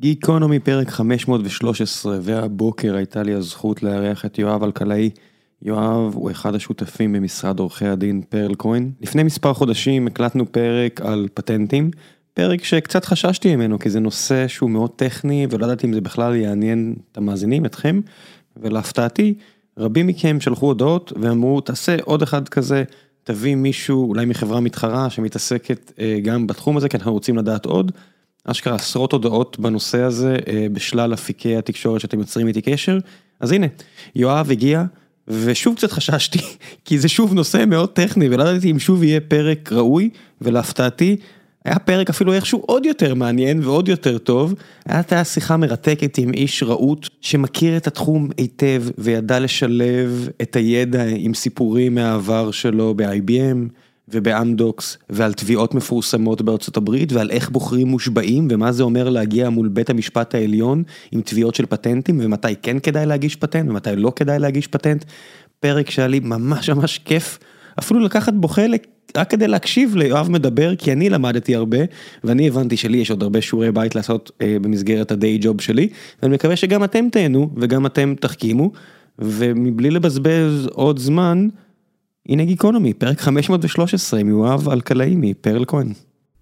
גיקונומי פרק 513, והבוקר הייתה לי הזכות לארח את יואב אלקלעי. יואב הוא אחד השותפים במשרד עורכי הדין פרל כהן. לפני מספר חודשים הקלטנו פרק על פטנטים, פרק שקצת חששתי ממנו, כי זה נושא שהוא מאוד טכני, ולא ידעתי אם זה בכלל יעניין את המאזינים, אתכם, ולהפתעתי, רבים מכם שלחו הודעות, ואמרו, תעשה עוד אחד כזה, תביא מישהו, אולי מחברה מתחרה, שמתעסקת גם בתחום הזה, כי אנחנו רוצים לדעת עוד. אשכרה עשרות הודעות בנושא הזה, בשלל אפיקי התקשורת שאתם יוצרים איתי קשר. אז הנה, יואב הגיע, ושוב קצת חששתי, כי זה שוב נושא מאוד טכני, ולא ידעתי אם שוב יהיה פרק ראוי, ולהפתעתי, היה פרק אפילו איכשהו עוד יותר מעניין ועוד יותר טוב. הייתה שיחה מרתקת עם איש ראות שמכיר את התחום היטב וידע לשלב את הידע עם סיפורים מהעבר שלו ב-IBM ובאמדוקס ועל תביעות מפורסמות בארצות הברית ועל איך בוחרים מושבעים ומה זה אומר להגיע מול בית המשפט העליון עם תביעות של פטנטים ומתי כן כדאי להגיש פטנט ומתי לא כדאי להגיש פטנט. פרק שהיה לי ממש ממש כיף, אפילו לקחת בו חלק רק כדי להקשיב ליואב מדבר, כי אני למדתי הרבה, ואני הבנתי שלי יש עוד הרבה שיעורי בית לעשות במסגרת הדיי ג'וב שלי, ואני מקווה שגם אתם תהנו, וגם אתם תחכימו, ומבלי לבזבז עוד זמן, הנה גיקונומי, פרק 513, עם יואב אלקלעי מפרל כהן.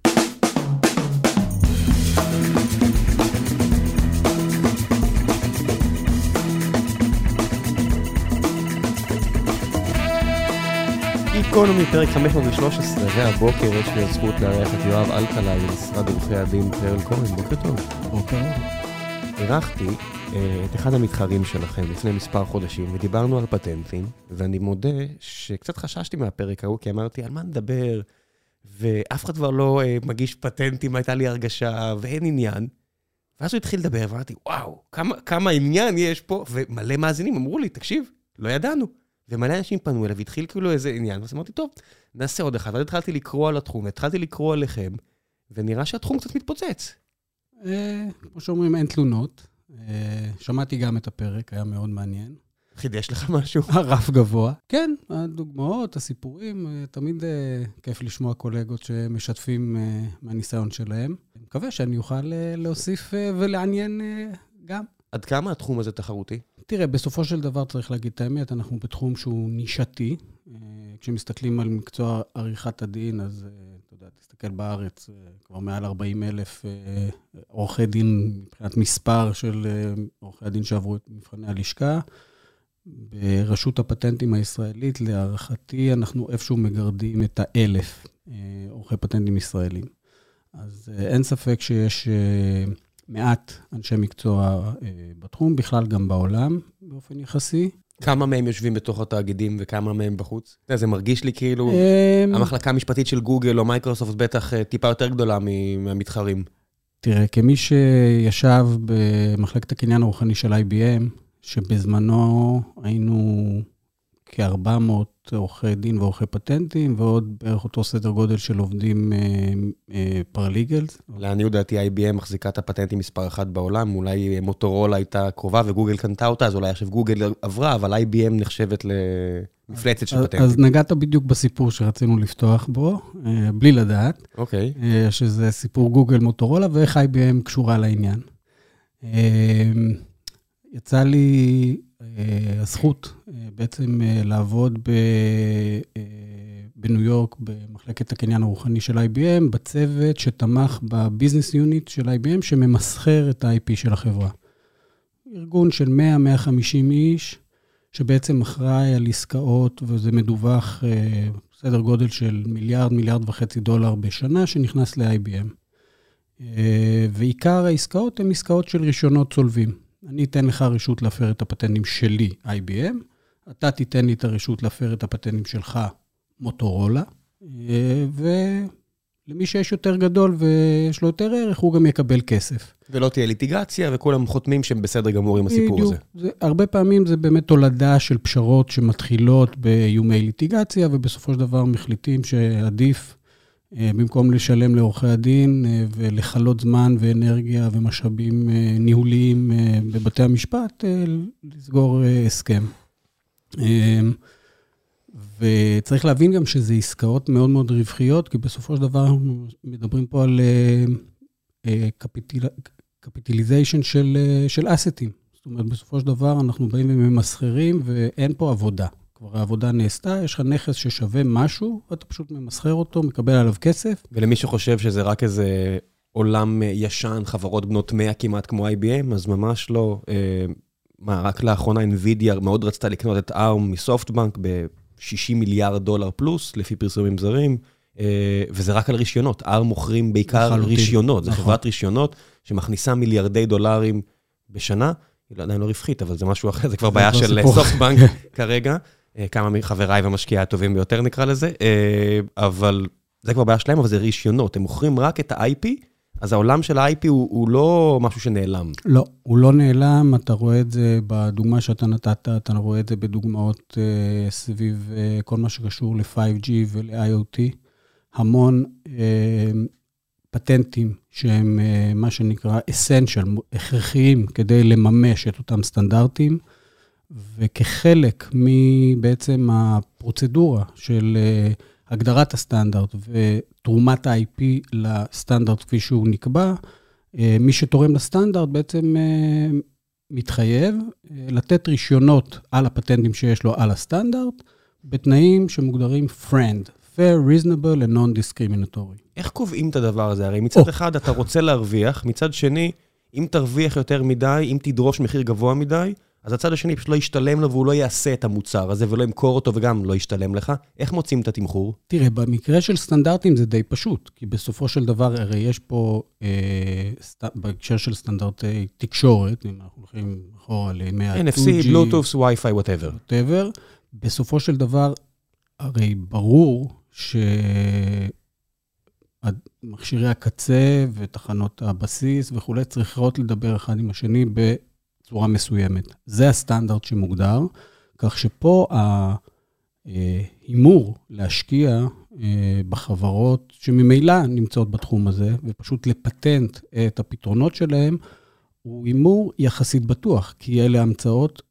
גיקונומי פרק 513, והבוקר יש לי הזכות לארח את יואב אלקלעי ממשרד עורכי הדין פרל כהן. בוקר טוב. בוקר. אירחתי את אחד המתחרים שלכם לפני מספר חודשים, ודיברנו על פטנטים, ואני מודה שקצת חששתי מהפרק ההוא, כי אמרתי על מה נדבר, ואף אחד כבר לא מגיש פטנטים, הייתה לי הרגשה, ואין עניין. ואז הוא התחיל לדבר, ואמרתי, וואו, כמה עניין יש פה, ומלא מאזינים אמרו לי, תקשיב, לא ידענו. ומלא אנשים פנו אליו, והתחיל כאילו איזה עניין, ואז אמרתי, טוב, נעשה עוד אחד, ואז התחלתי לקרוא על התחום, התחלתי לקרוא עליכם, ונראה שהתחום קצת מתפוצץ. כמו שאומרים, אין תלונות. שמעתי גם את הפרק, היה מאוד מעניין. חידש לך משהו? הרף גבוה. כן, הדוגמאות, הסיפורים, תמיד כיף לשמוע קולגות שמשתפים מהניסיון שלהם. אני מקווה שאני אוכל להוסיף ולעניין גם. עד כמה התחום הזה תחרותי? תראה, בסופו של דבר צריך להגיד את האמת, אנחנו בתחום שהוא נישתי. כשמסתכלים על מקצוע עריכת הדין, אז אתה יודע, תסתכל בארץ, כבר מעל 40,000 עורכי דין, מבחינת מספר של עורכי הדין שעברו את מבחני הלשכה. ברשות הפטנטים הישראלית, להערכתי, אנחנו איפשהו מגרדים את 1,000 עורכי פטנטים ישראלים. אז אין ספק שיש מעט אנשי מקצוע בתחום, בכלל גם בעולם, באופן יחסי. כמה מהם יושבים בתוך התאגידים וכמה מהם בחוץ? זה מרגיש לי כאילו, המחלקה המשפטית של גוגל או מייקרוסופט בטח טיפה יותר גדולה מהמתחרים. תראה, כמי שישב במחלקת הקניין הרוחני של IBM, שבזמנו היינו כ-400 עורכי דין ועורכי פטנטים, ועוד בערך אותו סדר גודל של עובדים פרליגלס. לעניות דעתי, IBM מחזיקה את הפטנטים מספר 1 בעולם, אולי מוטורולה הייתה קרובה וגוגל קנתה אותה, אז אולי עכשיו גוגל עברה, אבל IBM נחשבת למפלצת של פטנטים. אז נגעת בדיוק בסיפור שרצינו לפתוח בו, בלי לדעת. אוקיי. שזה סיפור גוגל מוטורולה, ואיך IBM קשורה לעניין. יצא לי הזכות בעצם לעבוד בניו יורק, במחלקת הקניין הרוחני של IBM, בצוות שתמך בביזנס יוניט של IBM, שממסחר את ה-IP של החברה. ארגון של 100-150 איש, שבעצם אחראי על עסקאות, וזה מדווח סדר גודל של מיליארד וחצי דולר בשנה, שנכנס ל-IBM. ועיקר העסקאות הן עסקאות של רישיונות צולבים. אני אתן לך רשות להפר את הפטנטים שלי, IBM, אתה תיתן לי את הרשות להפר את הפטנטים שלך, מוטורולה, ולמי שיש יותר גדול ויש לו יותר ערך, הוא גם יקבל כסף. ולא תהיה ליטיגציה, וכולם חותמים שהם בסדר גמור עם הסיפור הזה. הרבה פעמים זה באמת תולדה של פשרות שמתחילות באיומי ליטיגציה, ובסופו של דבר מחליטים שעדיף, במקום לשלם לעורכי הדין ולחלות זמן ואנרגיה ומשאבים ניהוליים בבתי המשפט, לסגור הסכם. וצריך להבין גם שזה עסקאות מאוד מאוד רווחיות, כי בסופו של דבר אנחנו מדברים פה על קפיטליזיישן של אסטים. זאת אומרת, בסופו של דבר אנחנו באים וממסחרים, ואין פה עבודה. כבר העבודה נעשתה, יש לך נכס ששווה משהו, ואתה פשוט ממסחר אותו, מקבל עליו כסף. ולמי שחושב שזה רק איזה עולם ישן, חברות בנות 100 כמעט כמו IBM, אז ממש לא. רק לאחרונה NVIDIA מאוד רצתה לקנות את ARM מסופטבנק ב$60 מיליארד פלוס, לפי פרסומים זרים, וזה רק על רישיונות. ARM מוכרים בעיקר רישיונות, זה חברת רישיונות שמכניסה מיליארדי דולרים בשנה, היא עדיין לא רווחית, אבל זה משהו אחר, זה כבר בעיה של סופטבנק כרגע, כמה מחבריי והמשקיעה הטובים ביותר נקרא לזה, אבל זה כבר בעיה שלהם, אבל זה רישיונות, הם מוכרים רק את ה-IP, אז העולם של ה-IP הוא לא משהו שנעלם. לא, הוא לא נעלם, אתה רואה את זה בדוגמה שאתה נתת, אתה רואה את זה בדוגמאות סביב כל מה שקשור ל-5G ול-IoT, המון פטנטים שהם מה שנקרא essential, הכרחיים כדי לממש את אותם סטנדרטים, וכחלק מבעצם הפרוצדורה של הגדרת הסטנדרט ותרומת ה-IP לסטנדרט כפי שהוא נקבע, מי שתורם לסטנדרט בעצם מתחייב לתת רישיונות על הפטנטים שיש לו על הסטנדרט, בתנאים שמוגדרים friend, fair, reasonable and non-discriminatory. איך קובעים את הדבר הזה? הרי מצד אחד אתה רוצה להרוויח, מצד שני, אם תרוויח יותר מדי, אם תדרוש מחיר גבוה מדי, אז הצד השני פשוט לא ישתלם לו, והוא לא יעשה את המוצר הזה, ולא ימכור אותו, וגם לא ישתלם לך. איך מוצאים את התמחור? תראה, במקרה של סטנדרטים זה די פשוט, כי בסופו של דבר, הרי יש פה, בהקשר של סטנדרטי תקשורת, אם אנחנו הולכים אחורה לימי NFC, Bluetooth, Wi-Fi, whatever. בסופו של דבר, הרי ברור שמכשירי הקצה ותחנות הבסיס וכו' צריכות לדבר אחד עם השני בצורה מסוימת. זה הסטנדרט שמוגדר, כך שפה ההימור להשקיע בחברות שממילא נמצאות בתחום הזה, ופשוט לפטנט את הפתרונות שלהם, הוא הימור יחסית בטוח, כי אלה המצאות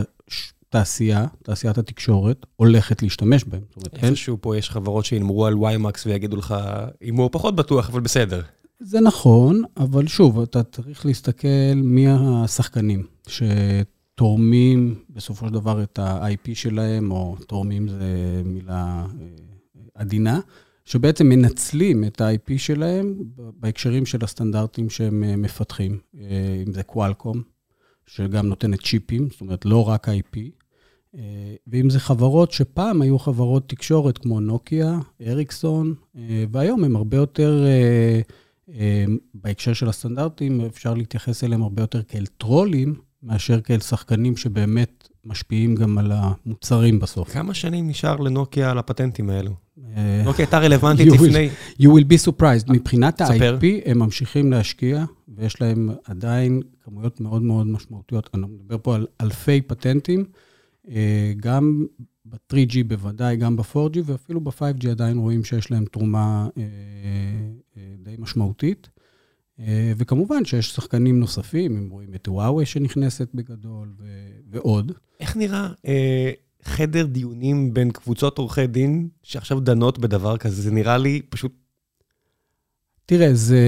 תעשיית התקשורת, הולכת להשתמש בהם. איפשהו פה יש חברות שינמרו על WiMAX ויגידו לך, הימור פחות בטוח, אבל בסדר. זה נכון, אבל שוב, אתה צריך להסתכל מי השחקנים שתורמים בסופו של דבר את ה-IP שלהם, או תורמים זה מילה עדינה, שבעצם מנצלים את ה-IP שלהם בהקשרים של הסטנדרטים שהם מפתחים. אם זה קואלקום, שגם נותנת צ'יפים, זאת אומרת לא רק IP, ואם זה חברות שפעם היו חברות תקשורת כמו נוקיה, אריקסון, והיום הם הרבה יותר, בהקשר של הסטנדרטים, אפשר להתייחס אליהם הרבה יותר כאל טרולים, מאשר כאל שחקנים שבאמת משפיעים גם על המוצרים בסוף. כמה שנים נשאר לנוקיה על הפטנטים האלו? נוקיה הייתה רלוונטית לפני... You will be surprised. מבחינת ה-IP הם ממשיכים להשקיע, ויש להם עדיין כמויות מאוד מאוד משמעותיות. אני מדבר פה על אלפי פטנטים, גם ב-3G בוודאי, גם ב-4G, ואפילו ב-5G עדיין רואים שיש להם תרומה די משמעותית. וכמובן שיש שחקנים נוספים, הם רואים את וואוי שנכנסת בגדול ועוד. איך נראה חדר דיונים בין קבוצות עורכי דין שעכשיו דנות בדבר כזה? זה נראה לי פשוט... תראה, זה...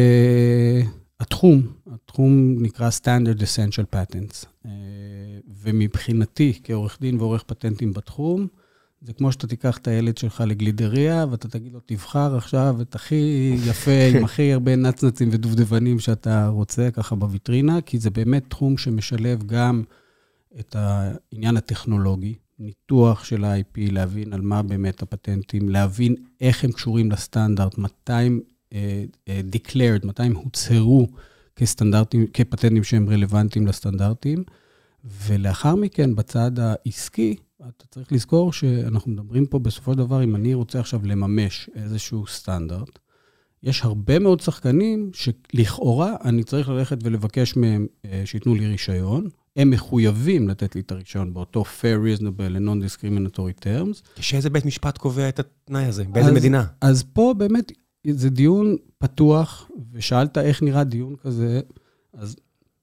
התחום נקרא Standard Essential Patents, ומבחינתי כעורך דין ועורך פטנטים בתחום, זה כמו שאתה תיקח את הילד שלך לגלידריה, ואתה תגיד לו, תבחר עכשיו את הכי יפה, עם הכי הרבה נצנצים ודובדבנים שאתה רוצה, ככה בוויטרינה, כי זה באמת תחום שמשלב גם את העניין הטכנולוגי, ניתוח של ה-IP, להבין על מה באמת הפטנטים, להבין איך הם קשורים לסטנדרט, מתי הם declared, מתי הם הוצהרו כסטנדרטים, כפטנטים שהם רלוונטיים לסטנדרטים, ולאחר מכן, בצד העסקי, אתה צריך לזכור שאנחנו מדברים פה בסופו של דבר, אם אני רוצה עכשיו לממש איזשהו סטנדרט, יש הרבה מאוד שחקנים שלכאורה אני צריך ללכת ולבקש מהם שיתנו לי רישיון, הם מחויבים לתת לי את הרישיון באותו fair, reasonable and non-discriminatory terms. שאיזה בית משפט קובע את התנאי הזה? באיזה מדינה? אז פה באמת זה דיון פתוח, ושאלת איך נראה דיון כזה, אז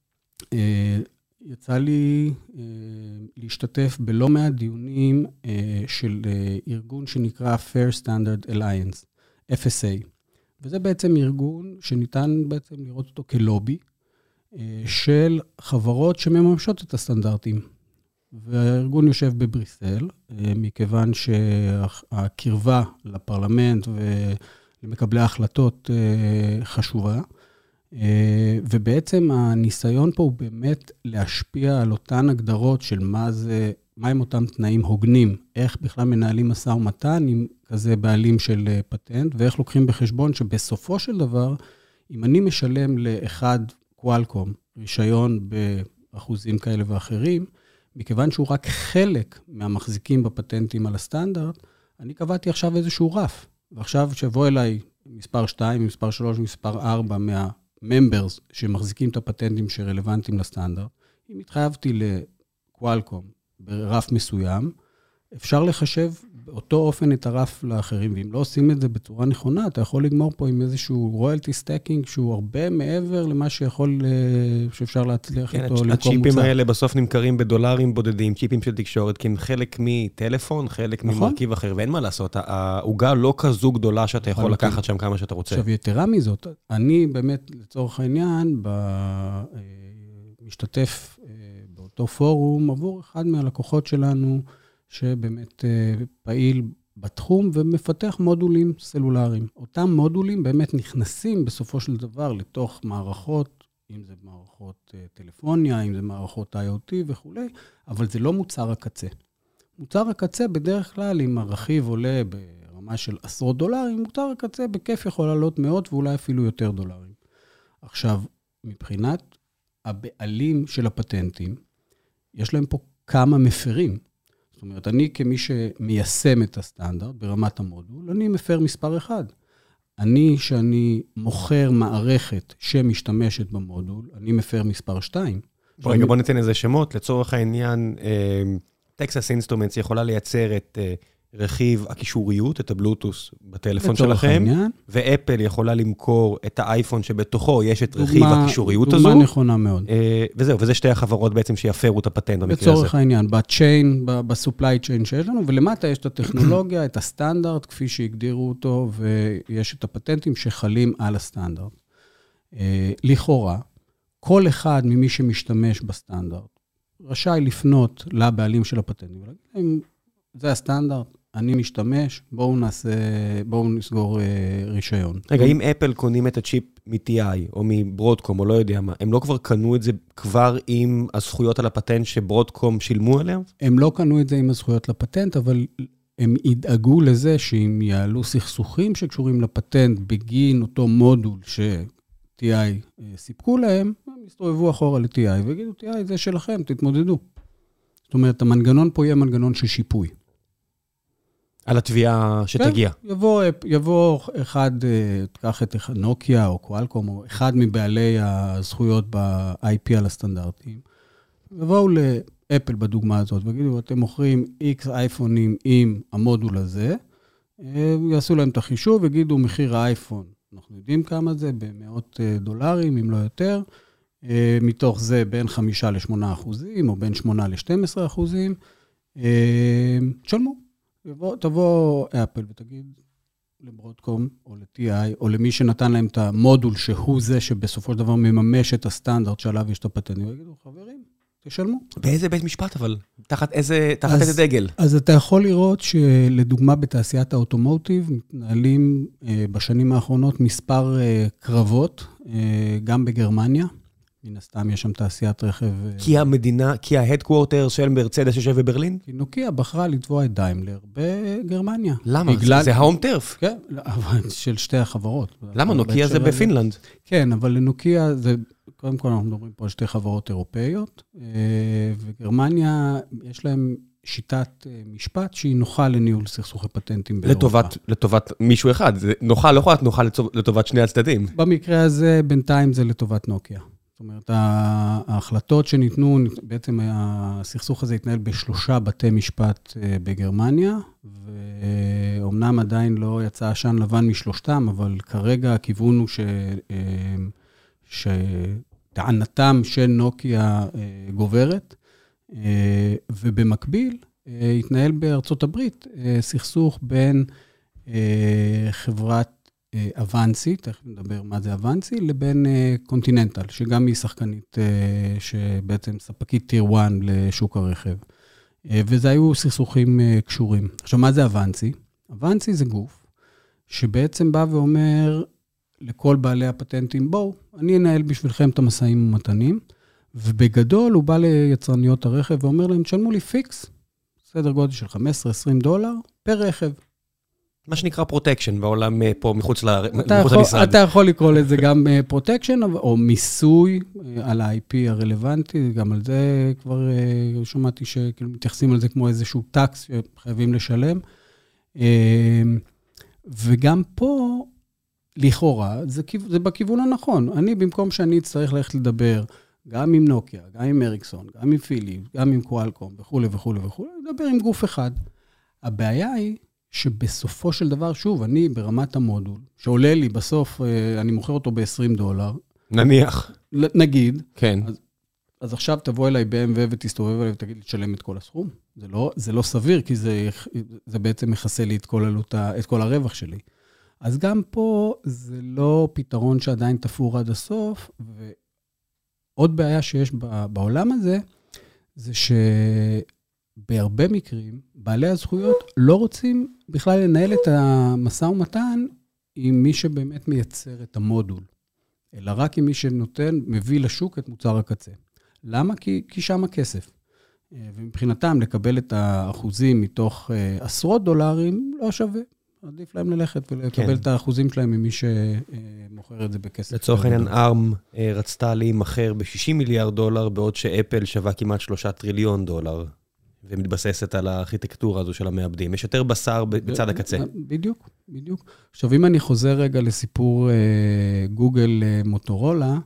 יצא לי להשתתף בלא מעט דיונים של ארגון שנקרא Fair Standard Alliance, FSA. וזה בעצם ארגון שניתן בעצם לראות אותו כלובי, של חברות שמממשות את הסטנדרטים. והארגון יושב בבריסל, מכיוון שהקרבה לפרלמנט ולמקבלי ההחלטות חשובה, ובעצם הניסיון פה הוא באמת להשפיע על אותן הגדרות של מה הם אותם תנאים הוגנים, איך בכלל מנהלים משא ומתן עם כזה בעלים של פטנט, ואיך לוקחים בחשבון שבסופו של דבר, אם אני משלם לאחד קואלקום רישיון באחוזים כאלה ואחרים, מכיוון שהוא רק חלק מהמחזיקים בפטנטים על הסטנדרט, אני קבעתי עכשיו איזשהו רף, ועכשיו שבוא אליי מספר 2, מספר 3, מספר 4 מהממברס שמחזיקים את הפטנטים שרלוונטיים לסטנדרט, אם התחייבתי לקואלקום ברף מסוים, אפשר לחשב באותו אופן את הרף לאחרים, ואם לא עושים את זה בצורה נכונה, אתה יכול לגמור פה עם איזשהו רויאלטי סטקינג, שהוא הרבה מעבר למה שאפשר להצליח איתו למכור מוצר. הצ'יפים האלה בסוף נמכרים בדולרים בודדים, צ'יפים של תקשורת, כי הם חלק מטלפון, חלק ממרכיב אחר, ואין מה לעשות, העוגה לא כזו גדולה שאתה יכול לקחת שם כמה שאתה רוצה. עכשיו, יתרה מזאת, אני באמת, לצורך העניין, משתתף באותו פורום עבור אחד מהלקוחות שלנו, שבאמת פעיל בתחום ומפתח מודולים סלולריים. אותם מודולים באמת נכנסים בסופו של דבר לתוך מערכות, אם זה מערכות טלפוניה, אם זה מערכות IoT וכו', אבל זה לא מוצר הקצה. מוצר הקצה בדרך כלל, אם הרכיב עולה ברמה של עשרות דולרים, מוצר הקצה בכיף יכול לעלות מאות ואולי אפילו יותר דולרים. עכשיו, מבחינת הבעלים של הפטנטים, יש להם פה כמה מפרים. זאת אומרת, אני כמי שמיישם את הסטנדרט ברמת המודול, אני מפר מספר אחד. שאני מוכר מערכת שמשתמשת במודול, אני מפר מספר 2. רגע, בוא ניתן איזה שמות. לצורך העניין, טקסס אינסטרומנטס יכולה לייצר את רכיב הקישוריות, את הבלוטוס בטלפון שלכם, ואפל יכולה למכור את האייפון שבתוכו יש את רכיב הקישוריות הזו. דוגמה נכונה מאוד. וזהו, וזה שתי החברות בעצם שיפרו את הפטנט במקרה הזה. לצורך העניין, בצ'יין, בסופליי צ'יין שיש לנו, ולמטה יש את הטכנולוגיה, את הסטנדרט, כפי שהגדירו אותו, ויש את הפטנטים שחלים על הסטנדרט. לכאורה, כל אחד ממי שמשתמש בסטנדרט, רשאי לפנות לבעלים של הפטנטים, ולהגיד, זה הסטנדרט, אני משתמש, בואו נסגור רישיון. רגע, אם אפל קונים את הצ'יפ מ-TI או מברודקום או לא יודע מה, הם לא כבר קנו את זה כבר עם הזכויות על הפטנט שברודקום שילמו עליהם? הם לא קנו את זה עם הזכויות לפטנט, אבל הם ידאגו לזה שאם יעלו סכסוכים שקשורים לפטנט בגין אותו מודול ש-TI סיפקו להם, הם יסתובבו אחורה ל-TI ויגידו, TI זה שלכם, תתמודדו. זאת אומרת, המנגנון פה יהיה מנגנון של שיפוי. על התביעה שתגיע. כן, יבוא אחד, תקח את נוקיה או קואלקום, או אחד מבעלי הזכויות ב-IP על הסטנדרטים, יבואו לאפל בדוגמה הזאת, וגידו, אתם מוכרים X אייפונים עם המודול הזה, יעשו להם את החישוב, וגידו מחיר האייפון, אנחנו יודעים כמה זה, במאות דולרים, אם לא יותר, מתוך זה בין 5-8%, או בין 8-12%, תשלמו. תבוא אפל ותגיד לברודקום, או ל-TI, או למי שנתן להם את המודול, שהוא זה שבסופו של דבר מממש את הסטנדרט שעליו יש את הפטנטים, ויגידו, חברים, תשלמו. באיזה בית משפט אבל? תחת איזה דגל? אז אתה יכול לראות שלדוגמה בתעשיית האוטומוטיב, מתנהלים בשנים האחרונות מספר קרבות, גם בגרמניה, מן הסתם יש שם תעשיית רכב. כי ההדקוורטר של מרצדס יושב בברלין? כי נוקיה בחרה לתבוע את דיימלר בגרמניה. למה? זה ההום טרף. כן, אבל של שתי החברות. למה? נוקיה זה בפינלנד. כן, אבל לנוקיה זה, קודם כל אנחנו מדברים פה על שתי חברות אירופאיות, וגרמניה יש להם שיטת משפט שהיא נוחה לניהול סכסוכי פטנטים באירופה. לטובת מישהו אחד. נוחה, לא יכולה נוחה לטובת שני הצדדים. במקרה הזה, בינתיים זה לטובת נוקיה. זאת אומרת, ההחלטות שניתנו, בעצם הסכסוך הזה התנהל ב3 בתי משפט בגרמניה, ואומנם עדיין לא יצא עשן לבן משלושתם, אבל כרגע הכיוון הוא שטענתם של נוקיה גוברת, ובמקביל התנהל בארצות הברית סכסוך בין חברת אבנסי, תכף נדבר מה זה אבנסי, לבין קונטיננטל, שגם היא שחקנית שבעצם ספקית טיר 1 לשוק הרכב. וזה היו סכסוכים קשורים. עכשיו, מה זה אבנסי? אבנסי זה גוף שבעצם בא ואומר לכל בעלי הפטנטים, בואו, אני אנהל בשבילכם את המסעים ומתנים, ובגדול הוא בא ליצרניות הרכב ואומר להם, תשלמו לי פיקס, סדר גודל של $15-20 פר רכב. מה שנקרא פרוטקשן בעולם פה מחוץ למשרד. אתה יכול לקרוא לזה גם פרוטקשן, או מיסוי על ה-IP הרלוונטי, גם על זה כבר שמעתי שמתייחסים על זה כמו איזשהו טקס שחייבים לשלם. וגם פה, לכאורה, זה בכיוון הנכון. אני, במקום שאני אצטרך ללכת לדבר, גם עם נוקיה, גם עם אריקסון, גם עם פיליפ, גם עם קואלקום, וכו' וכו' וכו', לדבר עם גוף אחד. הבעיה היא שבסופו של דבר, שוב, אני ברמת המודול, שעולה לי בסוף, אני מוכר אותו $20. נניח. נגיד. כן. אז עכשיו תבוא אליי BMW ותסתובב אליי ותגיד לי, תשלם את כל הסכום. זה לא סביר, כי זה בעצם מכסה לי את כל הרווח שלי. אז גם פה זה לא פתרון שעדיין תפור עד הסוף, ועוד בעיה שיש בעולם הזה, זה שבהרבה מקרים, בעלי הזכויות לא רוצים בכלל לנהל את המשא ומתן עם מי שבאמת מייצר את המודול, אלא רק עם מי שנותן, מביא לשוק את מוצר הקצה. למה? כי שם הכסף. ומבחינתם לקבל את האחוזים מתוך עשרות דולרים לא שווה. עדיף להם ללכת ולקבל את האחוזים שלהם ממי שמוכר את זה בכסף. לצורך העניין, ארם רצתה להימכר $60 מיליארד, בעוד שאפל שווה כמעט $3 טריליון, ומתבססת על הארכיטקטורה הזו של המעבדים. יש יותר בשר בצד הקצה. בדיוק, בדיוק. עכשיו, אם אני חוזר רגע לסיפור גוגל מוטורולה,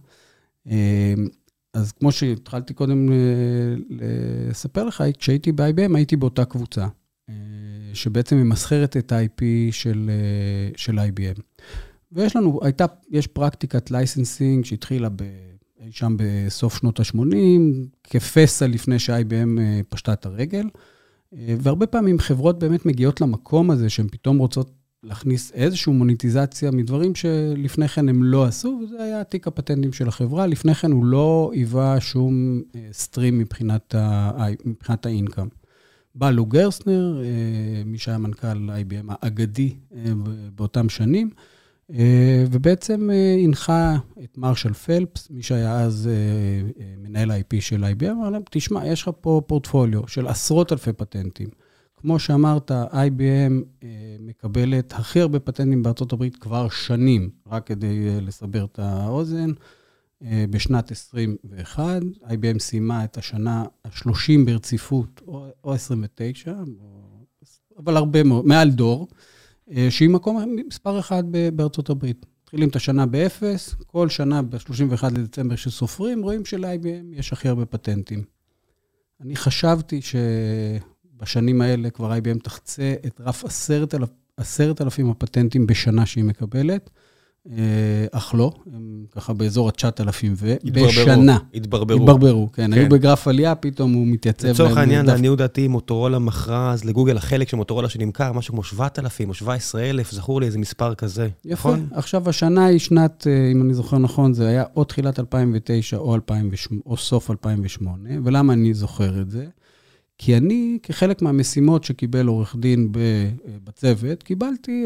אז כמו שהתחלתי קודם לספר לך, כשהייתי ב-IBM, הייתי באותה קבוצה, שבעצם ממסחרת את ה-IP של IBM. יש פרקטיקת לייסנסינג שהתחילה שם בסוף שנות ה-80, כפסע לפני ש-IBM פשטה את הרגל, והרבה פעמים חברות באמת מגיעות למקום הזה, שהן פתאום רוצות להכניס איזושהי מוניטיזציה מדברים שלפני כן הם לא עשו, וזה היה תיק הפטנטים של החברה, לפני כן הוא לא היווה שום סטרים מבחינת האינקאם. בא לו גרסנר, מי שהיה מנכ"ל IBM האגדי באותם שנים, ובעצם הנחה את מרשל פלפס, מי שהיה אז מנהל ה-IP של IBM, אמר להם, תשמע, יש לך פה פורטפוליו של עשרות אלפי פטנטים. כמו שאמרת, IBM מקבלת הכי הרבה פטנטים בארצות הברית כבר שנים, רק כדי לסבר את האוזן. בשנת 21, IBM סיימה את השנה ה-30 ברציפות, או 29, אבל הרבה מאוד, מעל דור, שהיא מקום מספר אחד בארצות הברית. מתחילים את השנה ב-0, כל שנה ב-31 לדצמבר שסופרים, רואים של-IBM יש הכי הרבה פטנטים. אני חשבתי שבשנים האלה כבר IBM תחצה את רף 10,000 הפטנטים בשנה שהיא מקבלת, אך לא, הם ככה באזור ה-9,000 בשנה. התברברו, כן. היו בגרף עלייה, פתאום הוא מתייצב. לצורך העניין, לעניות דעתי, מוטורולה מכרה, אז לגוגל החלק של מוטורולה שנמכר, משהו כמו 7,000 או 17,000, זכור לי איזה מספר כזה. יפה. עכשיו השנה היא שנת, אם אני זוכר נכון, זה היה או תחילת 2009 או סוף 2008, ולמה אני זוכר את זה? כי אני, כחלק מהמשימות שקיבל עורך דין בצוות, קיבלתי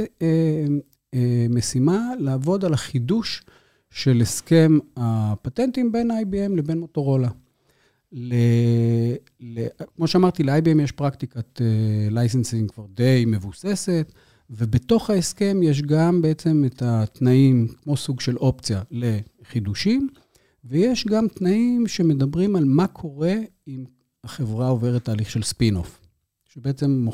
משימה לעבוד על החידוש של הסכם הפטנטים בין IBM לבין מוטורולה. כמו שאמרתי, ל-IBM יש פרקטיקת לייסנסינג כבר די מבוססת, ובתוך ההסכם יש גם בעצם את התנאים, כמו סוג של אופציה לחידושים, ויש גם תנאים שמדברים על מה קורה אם החברה עוברת תהליך של ספין-אוף, שבעצם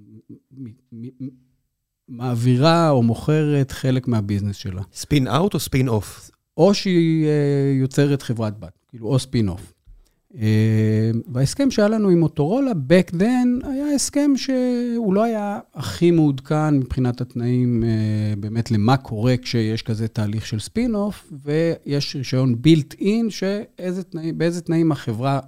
מעבירה או מוכרת חלק מהביזנס שלה. ספין-אאוט או ספין-אוף? או שהיא יוצרת חברת בת, כאילו, או ספין-אוף. וההסכם שהיה לנו עם מוטורולה, back then, היה הסכם שהוא לא היה הכי מעודכן מבחינת התנאים, באמת למה קורה כשיש כזה תהליך של ספין-אוף, ויש רישיון built-in, באיזה תנאים החברה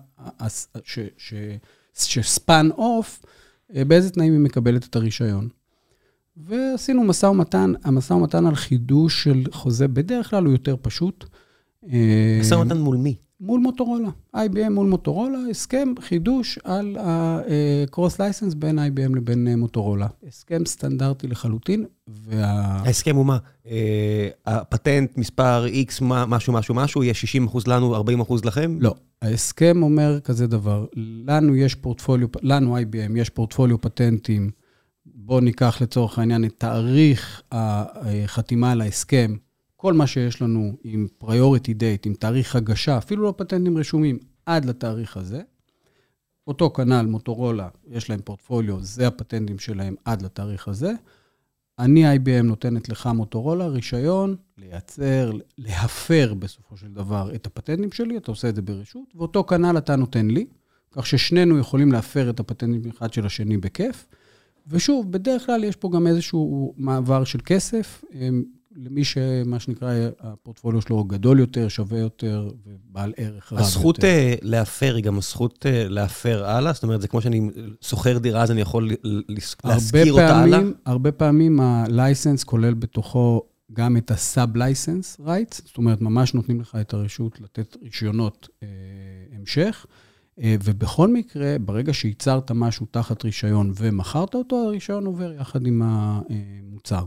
שספן-אוף, באיזה תנאים היא מקבלת את הרישיון. ועשינו משא ומתן, המשא ומתן על חידוש של חוזה, בדרך כלל הוא יותר פשוט. משא ומתן מול מי? מול מוטורולה, IBM מול מוטורולה, הסכם חידוש על ה-cross license בין IBM לבין מוטורולה. הסכם סטנדרטי לחלוטין. ההסכם הוא מה? הפטנט, מספר X, משהו, יהיה 60% לנו, 40% לכם? לא, ההסכם אומר כזה דבר, לנו IBM יש פורטפוליו פטנטים, בואו ניקח לצורך העניין את תאריך החתימה על ההסכם, כל מה שיש לנו עם priority date, עם תאריך הגשה, אפילו לא פטנטים רשומים, עד לתאריך הזה. אותו כנ"ל, מוטורולה, יש להם פורטפוליו, זה הפטנטים שלהם עד לתאריך הזה. אני, IBM, נותנת לך מוטורולה, רישיון, לייצר, להפר בסופו של דבר את הפטנטים שלי, אתה עושה את זה ברשות, ואותו כנ"ל אתה נותן לי, כך ששנינו יכולים להפר את הפטנטים אחד של השני בכיף. ושוב, בדרך כלל יש פה גם איזשהו מעבר של כסף, למי שמה שנקרא, הפורטפוליו שלו גדול יותר, שווה יותר, ובעל ערך רב יותר. הזכות להפר היא גם הזכות להפר הלאה? זאת אומרת, זה כמו שאני סוחר דירה, אז אני יכול להזכיר אותה הלאה? הרבה פעמים הלייסנס כולל בתוכו גם את הסאב-לייסנס רייטס, זאת אומרת, ממש נותנים לך את הרשות לתת רישיונות המשך, ובכל מקרה, ברגע שייצרת משהו תחת רישיון ומכרת אותו, הרישיון עובר יחד עם המוצר.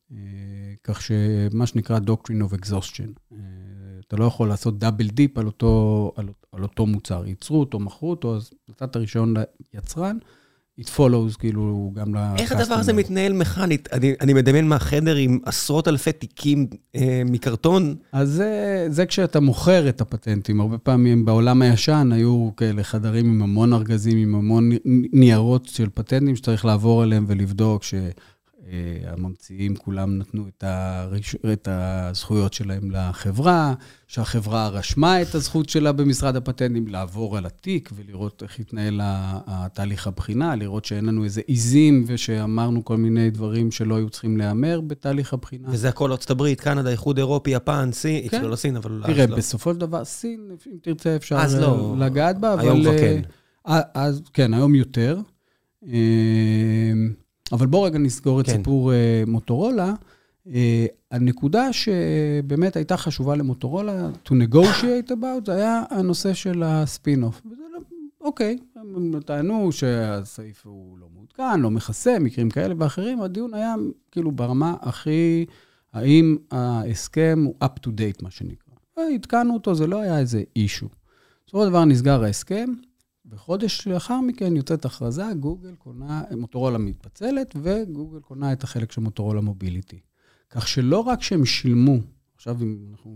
כך שמה שנקרא Doctrine of Exhaustion. אתה לא יכול לעשות דאבל דיפ על אותו מוצר. ייצרו אותו, מכרו אותו, אז נתת הרישיון ליצרן, it follows כאילו גם לקסטומר. איך הדבר הזה מתנהל מכנית? אני מדמיין מהחדר עם עשרות אלפי תיקים מקרטון. אז זה כשאתה מוכר את הפטנטים. הרבה פעמים בעולם הישן היו כאלה חדרים עם המון ארגזים, עם המון ניירות של פטנטים שצריך לעבור עליהם ולבדוק הממציאים כולם נתנו את הזכויות שלהם לחברה, שהחברה רשמה את הזכות שלה במשרד הפטנטים, לעבור על התיק ולראות איך התנהל התהליך הבחינה, לראות שאין לנו איזה עיזים ושאמרנו כל מיני דברים שלא היו צריכים להיאמר בתהליך הבחינה. וזה הכל ארצות הברית, קנדה, איחוד אירופי, יפן, סין, לא סין, אבל לא. תראה, בסופו של דבר, סין, אם תרצה אפשר לגעת בה, היום כבר כן. אז כן, היום יותר. אבל בואו רגע נסגור את סיפור מוטורולה. הנקודה שבאמת הייתה חשובה למוטורולה, to negotiate about, זה היה הנושא של הספין-אוף. אוקיי, הם טענו שהסעיף הוא לא מעודכן, לא מכסה, מקרים כאלה ואחרים, הדיון היה כאילו ברמה הכי, האם ההסכם הוא up to date, מה שנקרא. התקנו אותו, זה לא היה איזה אישו. בסופו של דבר נסגר ההסכם, בחודש לאחר מכן יוצאת הכרזה, גוגל קונה, מוטורולה מתפצלת, וגוגל קונה את החלק של מוטורולה מוביליטי. כך שלא רק שהם שילמו, עכשיו אנחנו,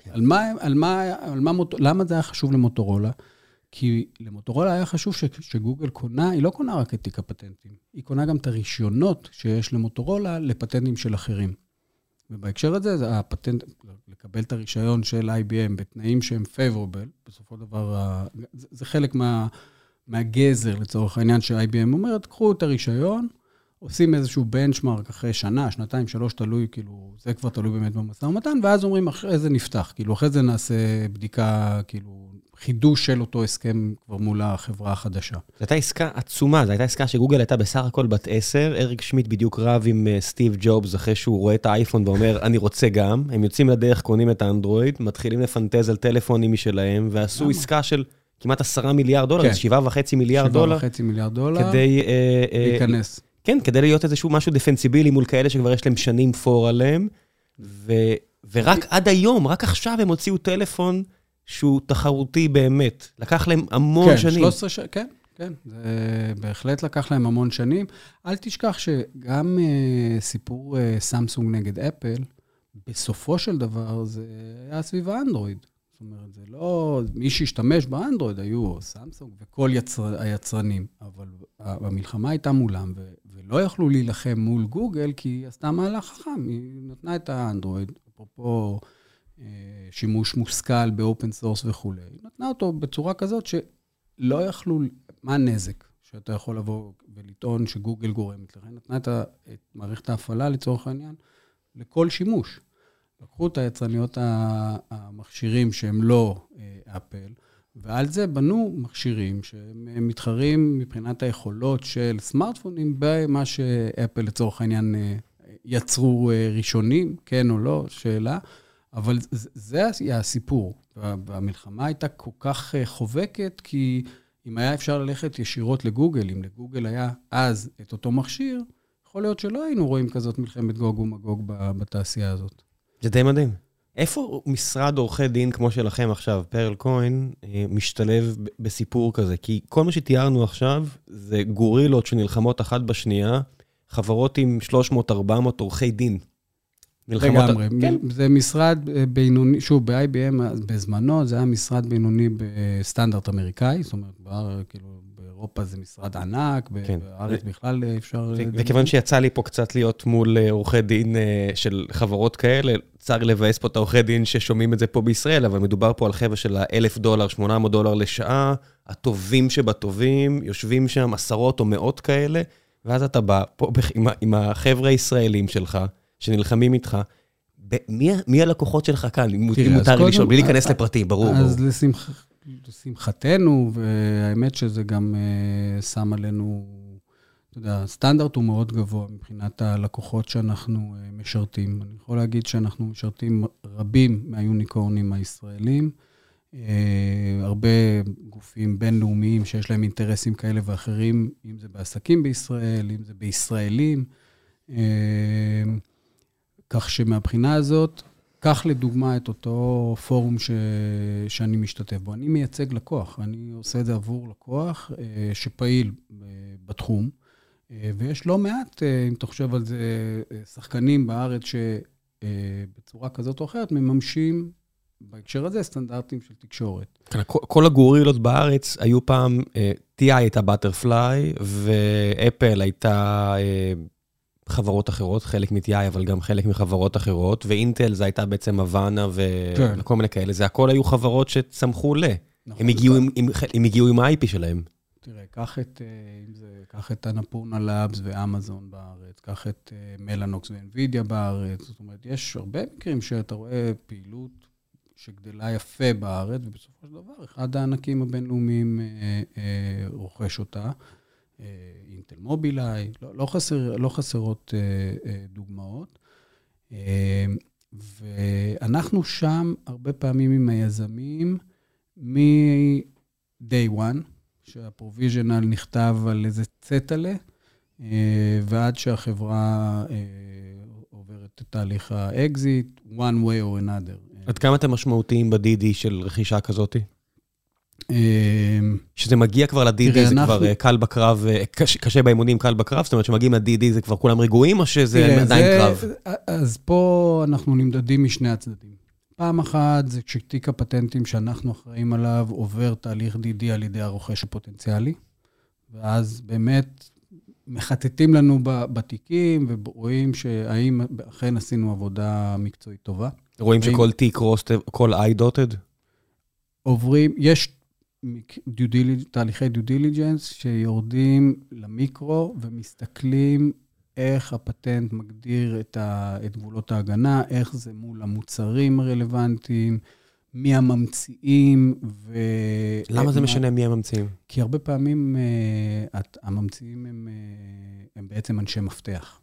למה זה היה חשוב למוטורולה? כי למוטורולה היה חשוב שגוגל קונה, היא לא קונה רק את תיק הפטנטים, היא קונה גם את הרישיונות שיש למוטורולה לפטנטים של אחרים. ובהקשר הזה, זה הפטנט, לקבל את הרישיון של IBM בתנאים שהם favorable, בסופו של דבר, זה חלק מהגזר לצורך העניין ש-IBM אומרת, קחו את הרישיון, עושים איזשהו בנצ'מרק אחרי שנה, שנתיים, 3, תלוי, כאילו, זה כבר תלוי באמת במשא ומתן, ואז אומרים, אחרי זה נפתח, כאילו, אחרי זה נעשה בדיקה, כאילו, חידוש של אותו הסכם כבר מול החברה החדשה. זו הייתה עסקה עצומה, זו הייתה עסקה שגוגל הייתה בסך הכל בת 10, אריק שמיט בדיוק רב עם סטיב ג'ובס, אחרי שהוא רואה את האייפון ואומר, אני רוצה גם, הם יוצאים לדרך, קונים את האנדרואיד, מתחילים לפנטז על טלפונים משלהם, ועשו עסקה של כמעט $10 מיליארד, זה $7.5 מיליארד. $7.5 מיליארד, כדי להיכנס. כן, כדי להיות איזשהו משהו דפנסיבילי מול כאלה שכבר יש להם שנים פור עליהם, ורק עד היום, רק עכשיו הם הוציאו טלפון שהוא תחרותי באמת. לקח להם המון שנים. 13 שנים, כן, זה בהחלט לקח להם המון שנים. אל תשכח שגם סיפור סמסונג נגד אפל, בסופו של דבר זה היה סביב האנדרואיד. זאת אומרת, זה לא, מי שהשתמש באנדרואיד היו סמסונג וכל היצרנים, אבל המלחמה הייתה מולם, ולא יכלו להילחם מול גוגל, כי היא עשתה מהלך חכם, היא נתנה את האנדרואיד, אפרופו שימוש מושכל באופן סורס וכו'. היא נתנה אותו בצורה כזאת שלא יכלו, מה הנזק שאתה יכול לבוא ולטעון שגוגל גורמת לך? היא נתנה את מערכת ההפעלה לצורך העניין לכל שימוש. לקחו את היצרניות המכשירים שהם לא אפל, ועל זה בנו מכשירים שהם מתחרים מבחינת היכולות של סמארטפונים, במה שאפל לצורך העניין יצרו ראשונים, כן או לא, שאלה, אבל זה היה הסיפור. והמלחמה הייתה כל כך חובקת, כי אם היה אפשר ללכת ישירות לגוגל, אם לגוגל היה אז את אותו מכשיר, יכול להיות שלא היינו רואים כזאת מלחמת גוג ומגוג בתעשייה הזאת. זה די מדהים. איפה משרד עורכי דין כמו שלכם עכשיו, פרל קוין, משתלב בסיפור כזה? כי כל מה שתיארנו עכשיו זה גורילות שנלחמות אחת בשנייה, חברות עם 300-400 עורכי דין. לגמרי. כן. זה משרד בינוני, שוב, ב-IBM בזמנו, זה היה משרד בינוני בסטנדרט אמריקאי, זאת אומרת, באירופה זה משרד ענק, בארץ בכלל אפשר... וכיוון שיצא לי פה קצת להיות מול עורכי דין של חברות כאלה, צריך לבאס פה את העורכי דין ששומעים את זה פה בישראל, אבל מדובר פה על חבר'ה של $1,000, $800 לשעה, הטובים שבטובים, יושבים שם עשרות או מאות כאלה, ואז אתה בא פה עם החבר'ה הישראלים שלך, שנלחמים איתך, מי הלקוחות שלך כאן? אם מותר לשאול, בלי להיכנס לפרטים, ברור. אז לשמחתנו, והאמת שזה גם שם עלינו, אתה יודע, הסטנדרט הוא מאוד גבוה מבחינת הלקוחות שאנחנו משרתים. אני יכול להגיד שאנחנו משרתים רבים מהיוניקורנים הישראלים, הרבה גופים בינלאומיים שיש להם אינטרסים כאלה ואחרים, אם זה בעסקים בישראל, אם זה בישראלים, כך שמהבחינה הזאת, קח לדוגמה את אותו פורום שאני משתתף בו. אני מייצג לקוח, אני עושה את זה עבור לקוח שפעיל בתחום, ויש לא מעט, אם אתה חושב על זה, שחקנים בארץ שבצורה כזאת או אחרת מממשים בהקשר הזה סטנדרטים של תקשורת. כל הגורילות בארץ היו פעם, TI הייתה בטרפליי, ואפל הייתה... חברות אחרות, חלק מ-TI, אבל גם חלק מחברות אחרות, ואינטל זה הייתה בעצם הוואנה וכל מיני כאלה. זה הכל היו חברות שצמחו הם הגיעו עם ה-IP שלהם. תראה, קח את אנפורנה לאבס ואמזון בארץ, קח את מלאנוקס ואנווידיה בארץ, זאת אומרת, יש הרבה מקרים שאתה רואה פעילות שגדלה יפה בארץ, ובסופו של דבר, אחד הענקים הבינלאומיים רוכש אותה, אינטל מובילאי, לא חסרות דוגמאות. ואנחנו שם הרבה פעמים עם היזמים מ-day one, שהפרוביז'נל נכתב על איזה צטלה, ועד שהחברה עוברת את תהליך האקזיט, one way or another. עד כמה אתם משמעותיים בדידי של רכישה כזאת? שזה מגיע כבר לדידי, זה כבר קל בקרב, קשה באימונים, קל בקרב, זאת אומרת שמגיעים לדידי זה כבר כולם רגועים, או שזה עדיין קרב? אז פה אנחנו נמדדים משני הצדדים. פעם אחת זה כשתיק הפטנטים שאנחנו אחראים עליו עובר תהליך דידי על ידי הרוכש הפוטנציאלי, ואז באמת מחטטים לנו בתיקים ורואים שהאם אכן עשינו עבודה מקצועית טובה. רואים שכל תיק כל I dotted? עוברים, יש תהליכי דיו דיליג'נס שיורדים למיקרו ומסתכלים איך הפטנט מגדיר את גבולות ההגנה, איך זה מול המוצרים הרלוונטיים, מי הממציאים. למה זה משנה מי הממציאים? כי הרבה פעמים הממציאים הם בעצם אנשי מפתח.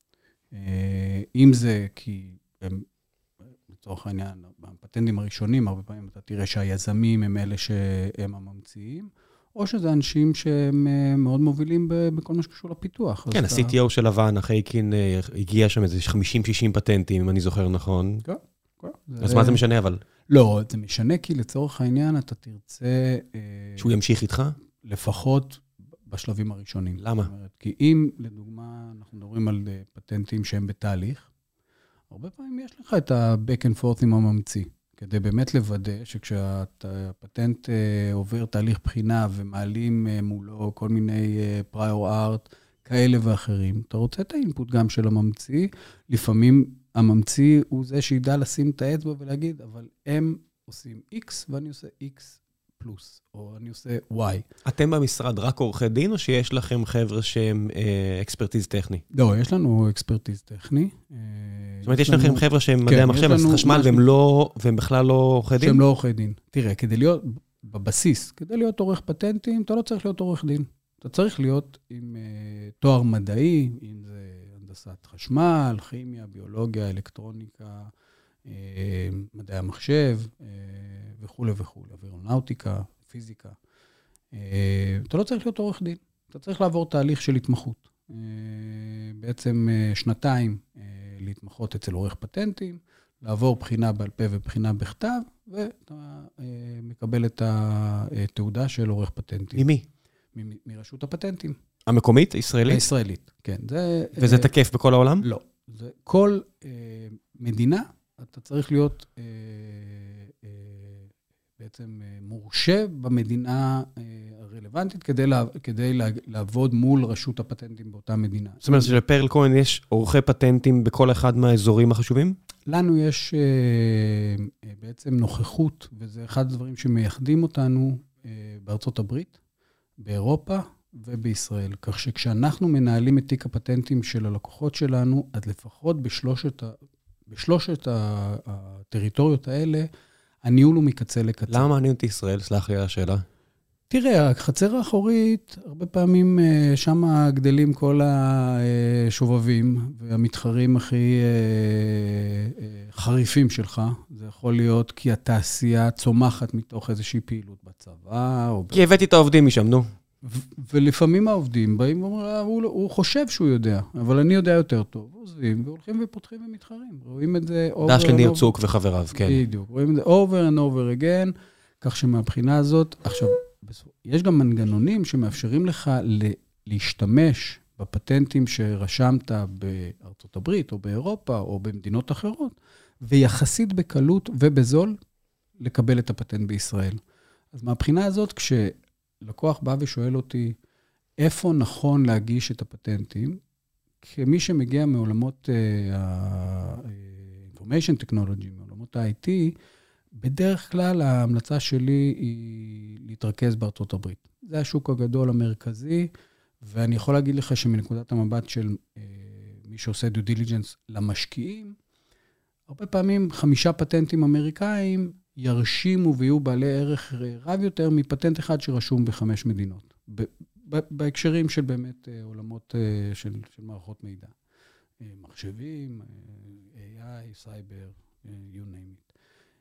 אם זה כי הם, לצורך העניין, בפטנטים הראשונים, הרבה פעמים אתה תראה שהיזמים הם אלה שהם הממציאים, או שזה אנשים שהם מאוד מובילים בכל מה שקשור לפיתוח. כן, ה-CTO של הוואנה, חייקין, הגיע שם איזה 50-60 פטנטים, אם אני זוכר נכון. כן. אז מה זה משנה אבל? לא, זה משנה כי לצורך העניין אתה תרצה... שהוא ימשיך איתך? לפחות בשלבים הראשונים. למה? כי אם, לדוגמה, אנחנו מדברים על פטנטים שהם בתהליך, הרבה פעמים יש לך את ה-back and forth עם הממציא, כדי באמת לוודא שכשהפטנט עובר תהליך בחינה ומעלים מולו כל מיני prior art כאלה ואחרים, אתה רוצה את האינפוט גם של הממציא, לפעמים הממציא הוא זה שידע לשים את האצבע ולהגיד, אבל הם עושים X ואני עושה X פלוס, או אני עושה Y. אתם במשרד רק עורכי דין, או שיש לכם חבר'ה שהם אקספרטיז טכני? לא, יש לנו אקספרטיז טכני. זאת אומרת, יש לכם חבר'ה שהם מדעי המחשב, חשמל, והם בכלל לא עורכי דין? שהם לא עורכי דין. תראה, כדי להיות, בבסיס, כדי להיות עורך פטנטים, אתה לא צריך להיות עורך דין. אתה צריך להיות עם תואר מדעי, אם זה הנדסת חשמל, כימיה, ביולוגיה, אלקטרוניקה, מדעי המחשב, וכו' וכו', אווירונאוטיקה, פיזיקה. אתה לא צריך להיות עורך דין, אתה צריך לעבור תהליך של התמחות. בעצם 2 להתמחות אצל עורך פטנטים, לעבור בחינה בעל פה ובחינה בכתב, ואתה מקבל את התעודה של עורך פטנטים. ממי? מרשות הפטנטים. המקומית? הישראלית? הישראלית, כן. וזה תקף בכל העולם? לא. כל מדינה, אתה צריך להיות בעצם מורשה במדינה הרלוונטית, כדי לעבוד מול רשות הפטנטים באותה מדינה. זאת אומרת שלפרל כהן יש עורכי פטנטים בכל אחד מהאזורים החשובים? לנו יש בעצם נוכחות, וזה אחד הדברים שמייחדים אותנו בארצות הברית, באירופה ובישראל. כך שכשאנחנו מנהלים את תיק הפטנטים של הלקוחות שלנו, אז לפחות בשלושת הטריטוריות האלה, הניהול הוא מקצה לקצה. למה מעניין אותי ישראל? סלח לי על השאלה. תראה, החצר האחורית, הרבה פעמים שם גדלים כל השובבים, והמתחרים הכי חריפים שלך. זה יכול להיות כי התעשייה צומחת מתוך איזושהי פעילות בצבא. כי הבאתי את העובדים משם, נו. ולפעמים העובדים באים ואומרים, הוא חושב שהוא יודע, אבל אני יודע יותר טוב. עוזבים והולכים ופותחים ומתחרים. רואים את זה over and over. דש לניר צוק וחבריו, כן. בדיוק. רואים את זה over and over again, כך שמהבחינה הזאת, עכשיו, יש גם מנגנונים שמאפשרים לך להשתמש בפטנטים שרשמת בארצות הברית או באירופה או במדינות אחרות, ויחסית בקלות ובזול לקבל את הפטנט בישראל. אז מהבחינה הזאת, כשלקוח בא ושואל אותי איפה נכון להגיש את הפטנטים, כמי שמגיע מעולמות ה-information technology, מעולמות ה-IT, בדרך כלל ההמלצה שלי היא להתרכז בארצות הברית. זה השוק הגדול המרכזי, ואני יכול להגיד לך שמנקודת המבט של מי שעושה due diligence למשקיעים, הרבה פעמים 5 פטנטים אמריקאים ירשימו ויהיו בעלי ערך רב יותר מפטנט אחד שרשום ב5 מדינות. בהקשרים של באמת עולמות של מערכות מידע. מחשבים, AI, סייבר, you name it.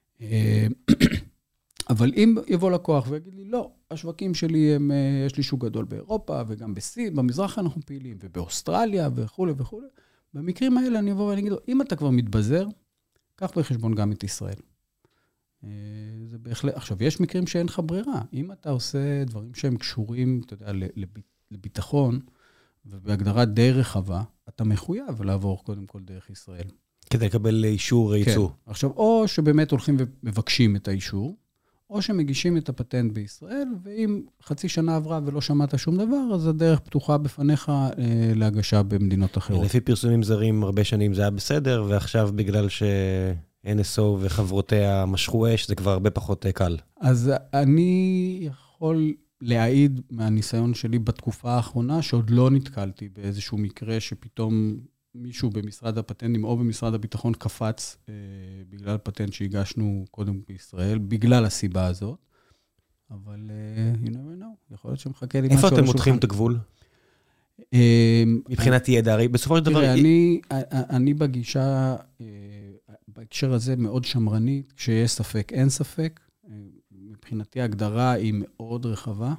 אבל אם יבוא לקוח ויגיד לי, לא, השווקים שלי, יש לי שוק גדול באירופה, וגם בסין, במזרח אנחנו פעילים, ובאוסטרליה וכו' וכו'. במקרים האלה אני אבוא ואני אגיד לו, אם אתה כבר מתבזר, קח בחשבון גם את ישראל. זה בהחלט, עכשיו, יש מקרים שאין לך ברירה. אם אתה עושה דברים שהם קשורים, אתה יודע, לביטחון, ובהגדרה די רחבה, אתה מחויב לעבור קודם כל דרך ישראל. כדי לקבל אישור ייצוא. כן. עכשיו, או שבאמת הולכים ומבקשים את האישור, או שמגישים את הפטנט בישראל, ואם חצי שנה עברה ולא שמעת שום דבר, אז הדרך פתוחה בפניך להגשה במדינות אחרות. לפי פרסומים זרים, הרבה שנים זה היה בסדר, ועכשיו בגלל ש-NSO וחברותיה משכו אש, זה כבר הרבה פחות קל. אז אני יכול להעיד מהניסיון שלי בתקופה האחרונה, שעוד לא נתקלתי באיזשהו מקרה שפתאום מישהו במשרד הפטנטים או במשרד הביטחון קפץ בגלל פטנט שהגשנו קודם בישראל, בגלל הסיבה הזאת. אבל you never know, יכול להיות שמחכה לי משהו. איפה אתם מותחים את הגבול? מבחינת ידע, הרי בסופו של דבר... תראה, אני בגישה, בהקשר הזה מאוד שמרנית, כשיש ספק, אין ספק. מבחינתי ההגדרה היא מאוד רחבה,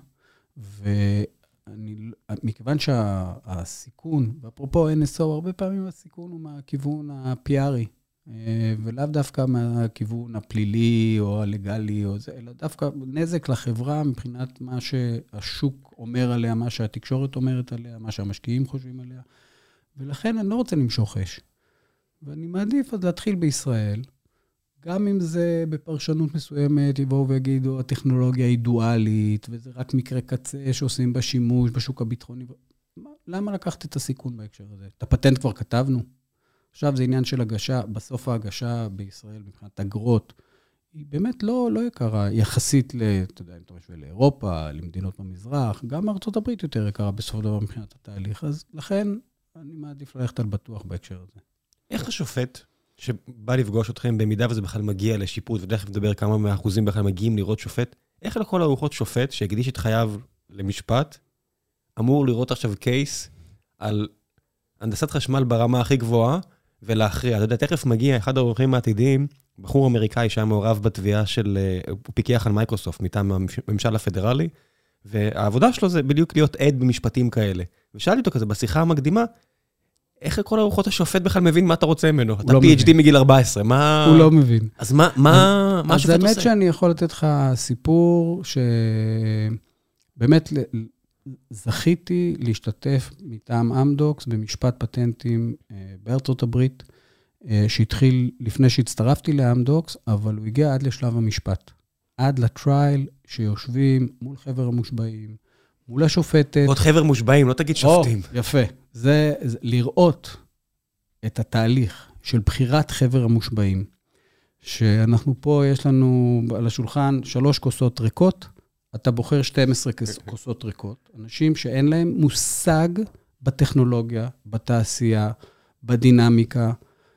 מכיוון שהסיכון, ואפרופו NSO, הרבה פעמים הסיכון הוא מהכיוון ה-PRי, ולאו דווקא מהכיוון הפלילי או הלגלי, אלא דווקא נזק לחברה מבחינת מה שהשוק אומר עליה, מה שהתקשורת אומרת עליה, מה שהמשקיעים חושבים עליה, ולכן אני לא רוצה למשוך אש. ואני מעדיף אז להתחיל בישראל, גם אם זה בפרשנות מסוימת, יבואו ויגידו, הטכנולוגיה היא דואלית, וזה רק מקרה קצה שעושים בה שימוש בשוק הביטחוני. למה לקחת את הסיכון בהקשר הזה? את הפטנט כבר כתבנו. עכשיו זה עניין של הגשה, בסוף ההגשה בישראל, מבחינת אגרות, היא באמת לא יקרה, יחסית אתה יודע, אם אתה משווה לאירופה, למדינות במזרח, גם ארצות הברית יותר יקרה בסוף דבר מבחינת התהליך, אז לכן אני מעדיף ללכת על בטוח בהקשר הזה. איך השופט שבא לפגוש אתכם במידה וזה בכלל מגיע לשיפוט, ודרך נדבר כמה מהאחוזים בכלל מגיעים לראות שופט, איך לכל הרוחות שופט שהקדיש את חייו למשפט, אמור לראות עכשיו קייס על הנדסת חשמל ברמה הכי גבוהה, ולהכריע. אתה יודע, תכף מגיע אחד האורחים העתידיים, בחור אמריקאי שהיה מעורב בתביעה של, הוא פיקח על מייקרוסופט מטעם הממשל הפדרלי, והעבודה שלו זה בדיוק להיות עד במשפטים כאלה. ושאלתי אותו כזה, בשיחה המקדימה, איך לכל הרוחות השופט בכלל מבין מה אתה רוצה ממנו? אתה PhD מגיל 14, מה... הוא לא מבין. אז מה השופט עושה? אז האמת שאני יכול לתת לך סיפור שבאמת זכיתי להשתתף מטעם אמדוקס במשפט פטנטים בארצות הברית, שהתחיל לפני שהצטרפתי לאמדוקס, אבל הוא הגיע עד לשלב המשפט. עד לטרייל שיושבים מול חבר המושבעים, מול השופטת. עוד חבר מושבעים, לא תגיד שופטים. יפה. זה לראות את התהליך של בחירת חבר המושבעים, שאנחנו פה, יש לנו על השולחן 3 כוסות ריקות, אתה בוחר 12 כוסות ריקות, אנשים שאין להם מושג בטכנולוגיה, בתעשייה, בדינמיקה,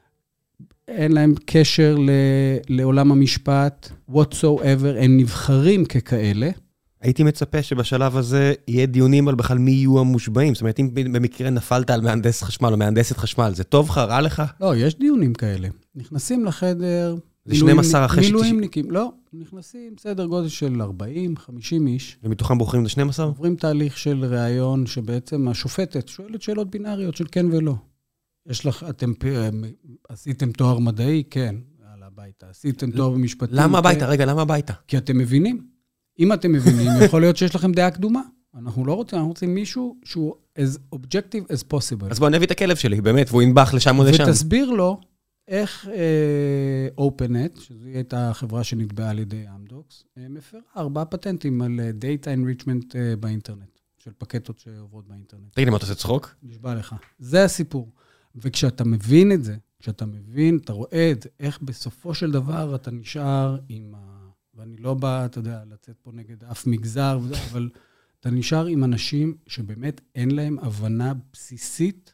אין להם קשר לעולם המשפט, whatsoever, הם נבחרים ככאלה. הייתי מצפה שבשלב הזה יהיה דיונים על בכלל מי יהיו המושבעים, זאת אומרת, אם במקרה נפלת על מהנדס חשמל או מהנדסת חשמל, זה טוב לך, רע לך? לא, יש דיונים כאלה. נכנסים לחדר... זה 12 אחרי מילואימניקים, לא, נכנסים סדר גודל של 40, 50 איש. ומתוכם בוחרים את 12? עוברים תהליך של ראיון שבעצם השופטת שואלת שאלות בינאריות של כן ולא. יש לך, אתם עשיתם תואר מדעי? כן, על הביתה. עשיתם תואר במשפטים? למה הביתה? רגע, למה הביתה? כי אתם מבינים. אם אתם מבינים, יכול להיות שיש לכם דעה קדומה. אנחנו לא רוצים, אנחנו רוצים מישהו שהוא as objective as possible. אז בוא נביא את הכלב שלי, באמת, והוא ינבח לשם או לשם. ותסביר לו איך OpenNet, שזו הייתה החברה שנתבעה על ידי אמדוקס, מפרה 4 פטנטים על Data Enrichment באינטרנט, של פקטות שעוברות באינטרנט. תגיד לי, מה אתה עושה צחוק? נשבע לך. זה הסיפור. וכשאתה מבין את זה, כשאתה מבין, אתה רואה את זה, איך בסופו של דבר אתה נשאר עם ואני לא בא, אתה יודע, לצאת פה נגד אף מגזר, אבל אתה נשאר עם אנשים שבאמת אין להם הבנה בסיסית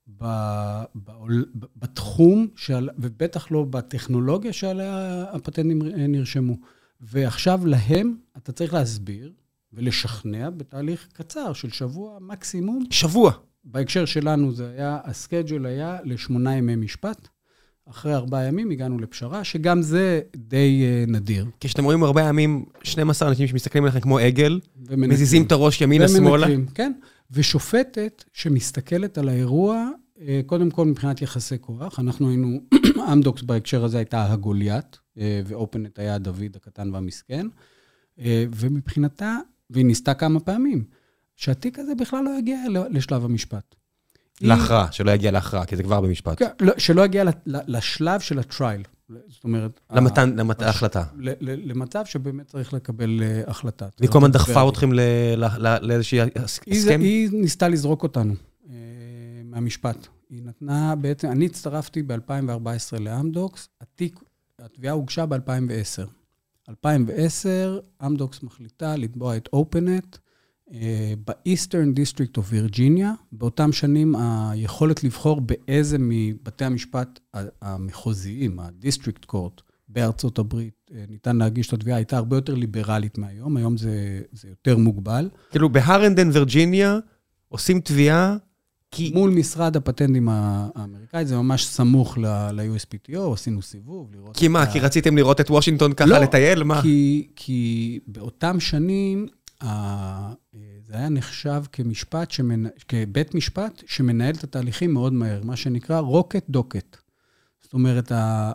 בתחום, ובטח לא בטכנולוגיה שעליה הפטנטים נרשמו. ועכשיו להם אתה צריך להסביר ולשכנע בתהליך קצר של שבוע מקסימום. שבוע? בהקשר שלנו זה היה, הסקייג'ול היה ל8 ימי משפט. אחרי 4 ימים הגענו לפשרה, שגם זה די נדיר. כשאתם רואים 4 ימים, 12 אנשים שמסתכלים עליכם כמו עגל, מזיזים את הראש ימינה-שמאלה. כן, ושופטת שמסתכלת על האירוע, קודם כל מבחינת יחסי כוח, אנחנו היינו, אמדוקס בהקשר הזה הייתה הגוליית, ואופנט היה דוד הקטן והמסכן, ומבחינתה, והיא ניסתה כמה פעמים, שהתיק הזה בכלל לא יגיע לשלב המשפט. להכרעה, שלא יגיע להכרעה, כי זה כבר במשפט. שלא יגיע לשלב של הטרייל. זאת אומרת... להחלטה. למצב שבאמת צריך לקבל החלטה. והיא כל הזמן דחפה אתכם לאיזושהי הסכם? היא ניסתה לזרוק אותנו מהמשפט. היא נתנה בעצם, אני הצטרפתי ב-2014 לאמדוקס, התביעה הוגשה ב-2010. 2010, אמדוקס מחליטה לתבוע את OpenNet, ב-Eastern District of Virginia, באותם שנים היכולת לבחור באיזה מבתי המשפט המחוזיים, ה-District Court בארצות הברית, ניתן להגיש את התביעה, הייתה הרבה יותר ליברלית מהיום, היום זה יותר מוגבל. כאילו בהרנדן, וירג'יניה, עושים תביעה, מול משרד הפטנטים האמריקאי, זה ממש סמוך ל-USPTO, עשינו סיבוב, לראות... כי מה? כי רציתם לראות את וושינגטון ככה לטייל? מה? כי באותם שנים, זה היה נחשב כבית משפט שמנהל את התהליכים מאוד מהר, מה שנקרא רוקט דוקט. זאת אומרת,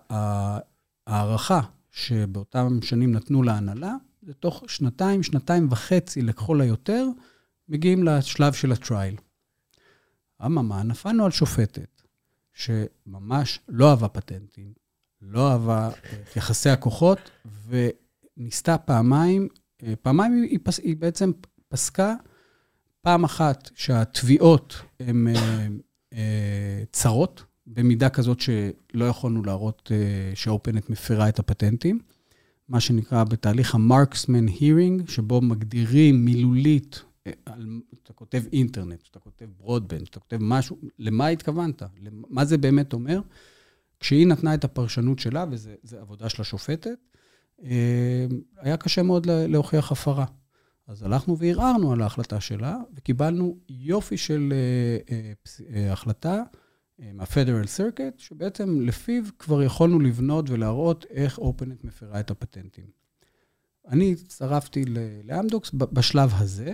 הערכה שבאותם שנים נתנו להנהלה, זה תוך 2, 2.5 לכל היותר, מגיעים לשלב של הטרייל. אממה, נפלנו על שופטת, שממש לא אהבה פטנטים, לא אהבה יחסי הכוחות, וניסתה פעמיים היא בעצם פסקה, פעם אחת שהתביעות הן צרות, במידה כזאת שלא יכולנו להראות שהאופנט מפרה את הפטנטים, מה שנקרא בתהליך המרקסמן הירינג, שבו מגדירים מילולית, אתה כותב אינטרנט, אתה כותב ברודבנד, אתה כותב משהו, למה התכוונת? מה זה באמת אומר? כשהיא נתנה את הפרשנות שלה, וזו עבודה של השופטת, היה קשה מאוד להוכיח הפרה. אז הלכנו וערערנו על ההחלטה שלה, וקיבלנו יופי של החלטה מה-Federal Circuit, שבעצם לפיו כבר יכולנו לבנות ולהראות איך אופנט מפרה את הפטנטים. אני הצטרפתי לאמדוקס בשלב הזה,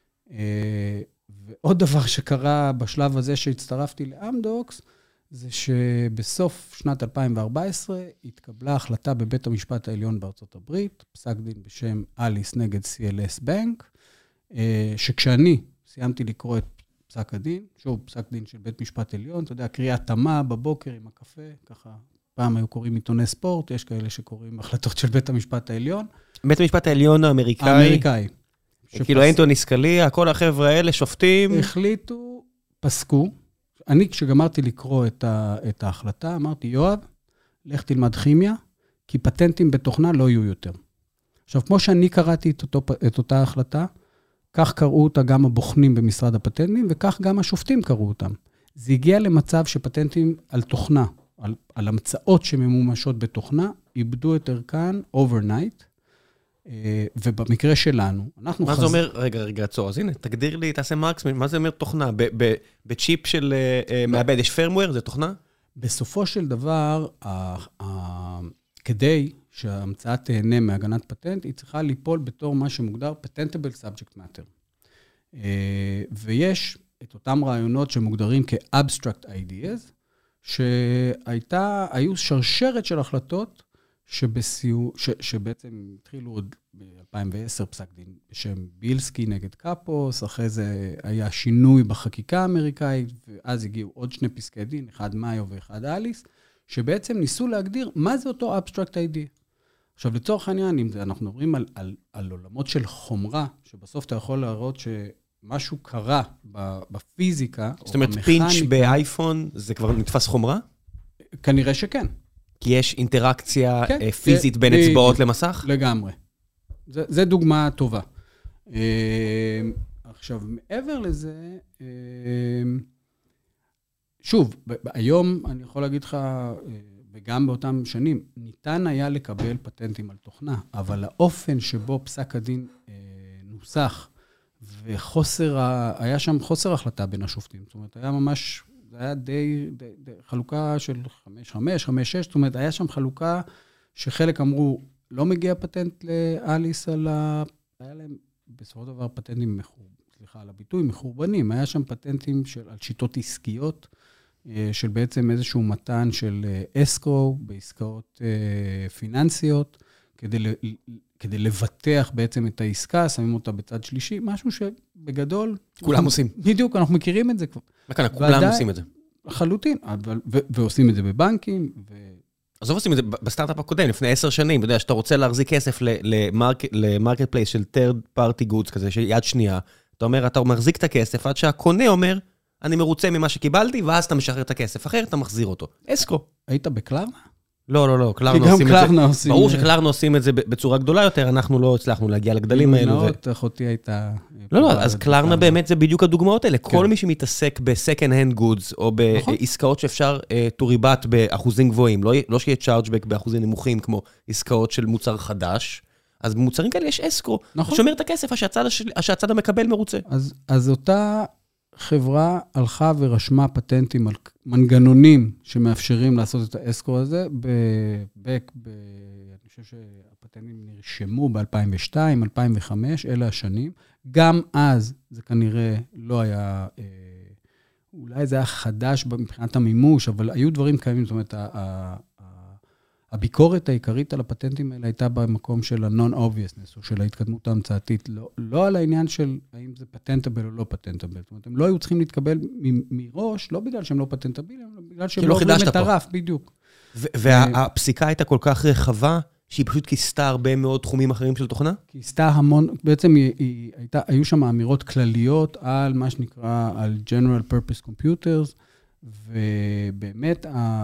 ועוד דבר שקרה בשלב הזה שהצטרפתי לאמדוקס, זה שבסוף שנת 2014 התקבלה החלטה בבית המשפט העליון בארצות הברית, פסק דין בשם אליס נגד CLS בנק, שכשאני סיימתי לקרוא את פסק הדין, שוב, פסק דין של בית משפט עליון, אתה יודע, קריאת תמה בבוקר עם הקפה, ככה, פעם היו קוראים עיתוני ספורט, יש כאלה שקוראים החלטות של בית המשפט העליון. בית המשפט העליון האמריקאי. האמריקאי. כאילו אנטוני סקליה, כל החבר'ה האלה שופטים. החליטו, פסקו. אני, כשגמרתי לקרוא את ההחלטה, אמרתי, יואב, לך תלמד כימיה, כי פטנטים בתוכנה לא יהיו יותר. עכשיו, כמו שאני קראתי את אותה החלטה, כך קראו אותה גם הבוחנים במשרד הפטנטים, וכך גם השופטים קראו אותם. זה הגיע למצב שפטנטים על תוכנה, על המצאות שממומשות בתוכנה, איבדו את ערכן overnight, ובמקרה שלנו, אנחנו מה זה אומר, רגע, עצור, אז הנה, תגדיר לי, תעשה מרקס, מה זה אומר תוכנה? בצ'יפ של מעבד, יש firmware, זה תוכנה? בסופו של דבר, כדי שההמצאה תהנה מהגנת פטנט, היא צריכה ליפול בתור מה שמוגדר Patentable Subject Matter. ויש את אותם רעיונות שמוגדרים כ-Abstract Ideas, שהיו שרשרת של החלטות, שבעצם התחילו עוד ב-2010 פסק דין בשם בילסקי נגד קאפוס, אחרי זה היה שינוי בחקיקה האמריקאית, ואז הגיעו עוד שני פסקי דין, אחד מאיו ואחד אליס, שבעצם ניסו להגדיר מה זה אותו abstract idea. עכשיו, לצורך העניין, אם אנחנו מדברים על עולמות של חומרה, שבסוף אתה יכול להראות שמשהו קרה בפיזיקה, זאת אומרת, פינץ' באייפון זה כבר נתפס חומרה? כנראה שכן. כי יש אינטראקציה פיזית בין אצבעות למסך? לגמרי. זה דוגמה טובה. עכשיו, מעבר לזה, שוב, היום אני יכול להגיד לך, וגם באותם שנים, ניתן היה לקבל פטנטים על תוכנה, אבל האופן שבו פסק הדין נוסח, היה שם חוסר החלטה בין השופטים. זאת אומרת, היה ממש... זה היה די חלוקה של 5-5, 5-6, זאת אומרת, היה שם חלוקה שחלק אמרו, לא מגיע פטנט לאליס היה להם בסופו של דבר פטנטים, סליחה על הביטוי, מחורבנים. היה שם פטנטים על שיטות עסקיות, של בעצם איזשהו מתן של אסקרו, בעסקאות פיננסיות, כדי לבטח בעצם את העסקה, שמים אותה בצד שלישי, משהו שבגדול... כולם עושים. בדיוק, אנחנו מכירים את זה כבר. כולם עושים את זה. לחלוטין, ועושים את זה בבנקים. עזוב עושים את זה בסטארט-אפ הקודם, לפני 10 שנים, אתה יודע, שאתה רוצה להחזיק כסף למרקט פלייס של third party goods כזה, שיד שנייה, אתה אומר, אתה מחזיק את הכסף, עד שהקונה אומר, אני מרוצה ממה שקיבלתי, ואז אתה משחרר את הכסף, אחרת אתה מחזיר אותו. אסקרו. היית בקלרנה? לא, קלרנה עושים את זה. ברור שקלרנה עושים את זה בצורה גדולה יותר, אנחנו לא הצלחנו להגיע לגדלים האלו. אחותי הייתה... לא, אז קלרנה באמת זה בדיוק הדוגמאות האלה. כל מי שמתעסק ב-second hand goods, או בעסקאות שאפשר to rebut באחוזים גבוהים, לא שיהיה chargeback באחוזים נמוכים, כמו עסקאות של מוצר חדש, אז במוצרים כאלה יש אסקרו, שומר את הכסף, שהצד המקבל מרוצה. אז אותה... חברה הלכה ורשמה פטנטים על מנגנונים שמאפשרים לעשות את האסקרו הזה, אני חושב שהפטנטים נרשמו ב-2002, 2005, אלה השנים. גם אז זה כנראה לא היה, אולי זה היה חדש מבחינת המימוש, אבל היו דברים קיימים, זאת אומרת, הביקורת העיקרית על הפטנטים האלה הייתה במקום של ה-non-obviousness, או של ההתקדמות ההמצאתית, לא על העניין של האם זה פטנטבל או לא פטנטבל. זאת אומרת, הם לא היו צריכים להתקבל מראש, לא בגלל שהם לא פטנטבילים, אלא בגלל שהם לא עוברים את הרף, בדיוק. והפסיקה הייתה כל כך רחבה, שהיא פשוט כיסתה הרבה מאוד תחומים אחרים של תוכנה? כיסתה המון, בעצם היו שם אמירות כלליות על מה שנקרא, על General Purpose Computers, ובאמת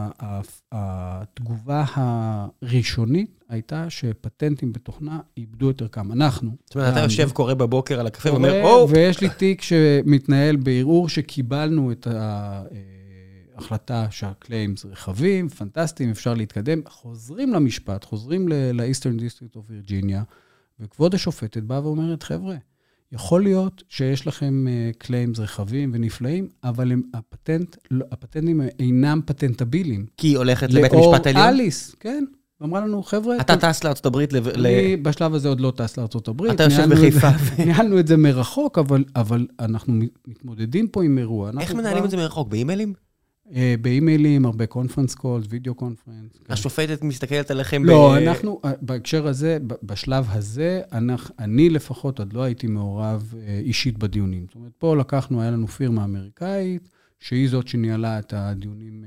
התגובה הראשונית הייתה שפטנטים בתוכנה איבדו את ערכם. אנחנו... זאת אומרת, אתה יושב קורא בבוקר על הקפה ואומר, ויש לי תיק שמתנהל בערעור שקיבלנו את החלטה שהקליימס רחבים, פנטסטיים, אפשר להתקדם, חוזרים למשפט, חוזרים ל-Eastern District of Virginia, וכבוד השופטת באה ואומרת, חבר'ה, יכול להיות שיש לכם קליימס רחבים ונפלאים, אבל הפטנטים אינם פטנטביליים. כי היא הולכת לבית המשפט העליון? לאור אליס, כן. אמרה לנו, חבר'ה... אתה טס לארצות הברית אני בשלב הזה עוד לא טס לארצות הברית. אתה יושב בחיפה. ניהלנו את זה מרחוק, אבל אנחנו מתמודדים פה עם אירוע. איך מנהלים את זה מרחוק? באימיילים? באימיילים, הרבה קונפרנס קולס, וידאו קונפרנס. השופטת מסתכלת עליכם לא, אנחנו, בהקשר הזה, בשלב הזה, אני לפחות עוד לא הייתי מעורב אישית בדיונים. זאת אומרת, פה לקחנו, היה לנו פירמה אמריקאית, שהיא זאת שניהלה את הדיונים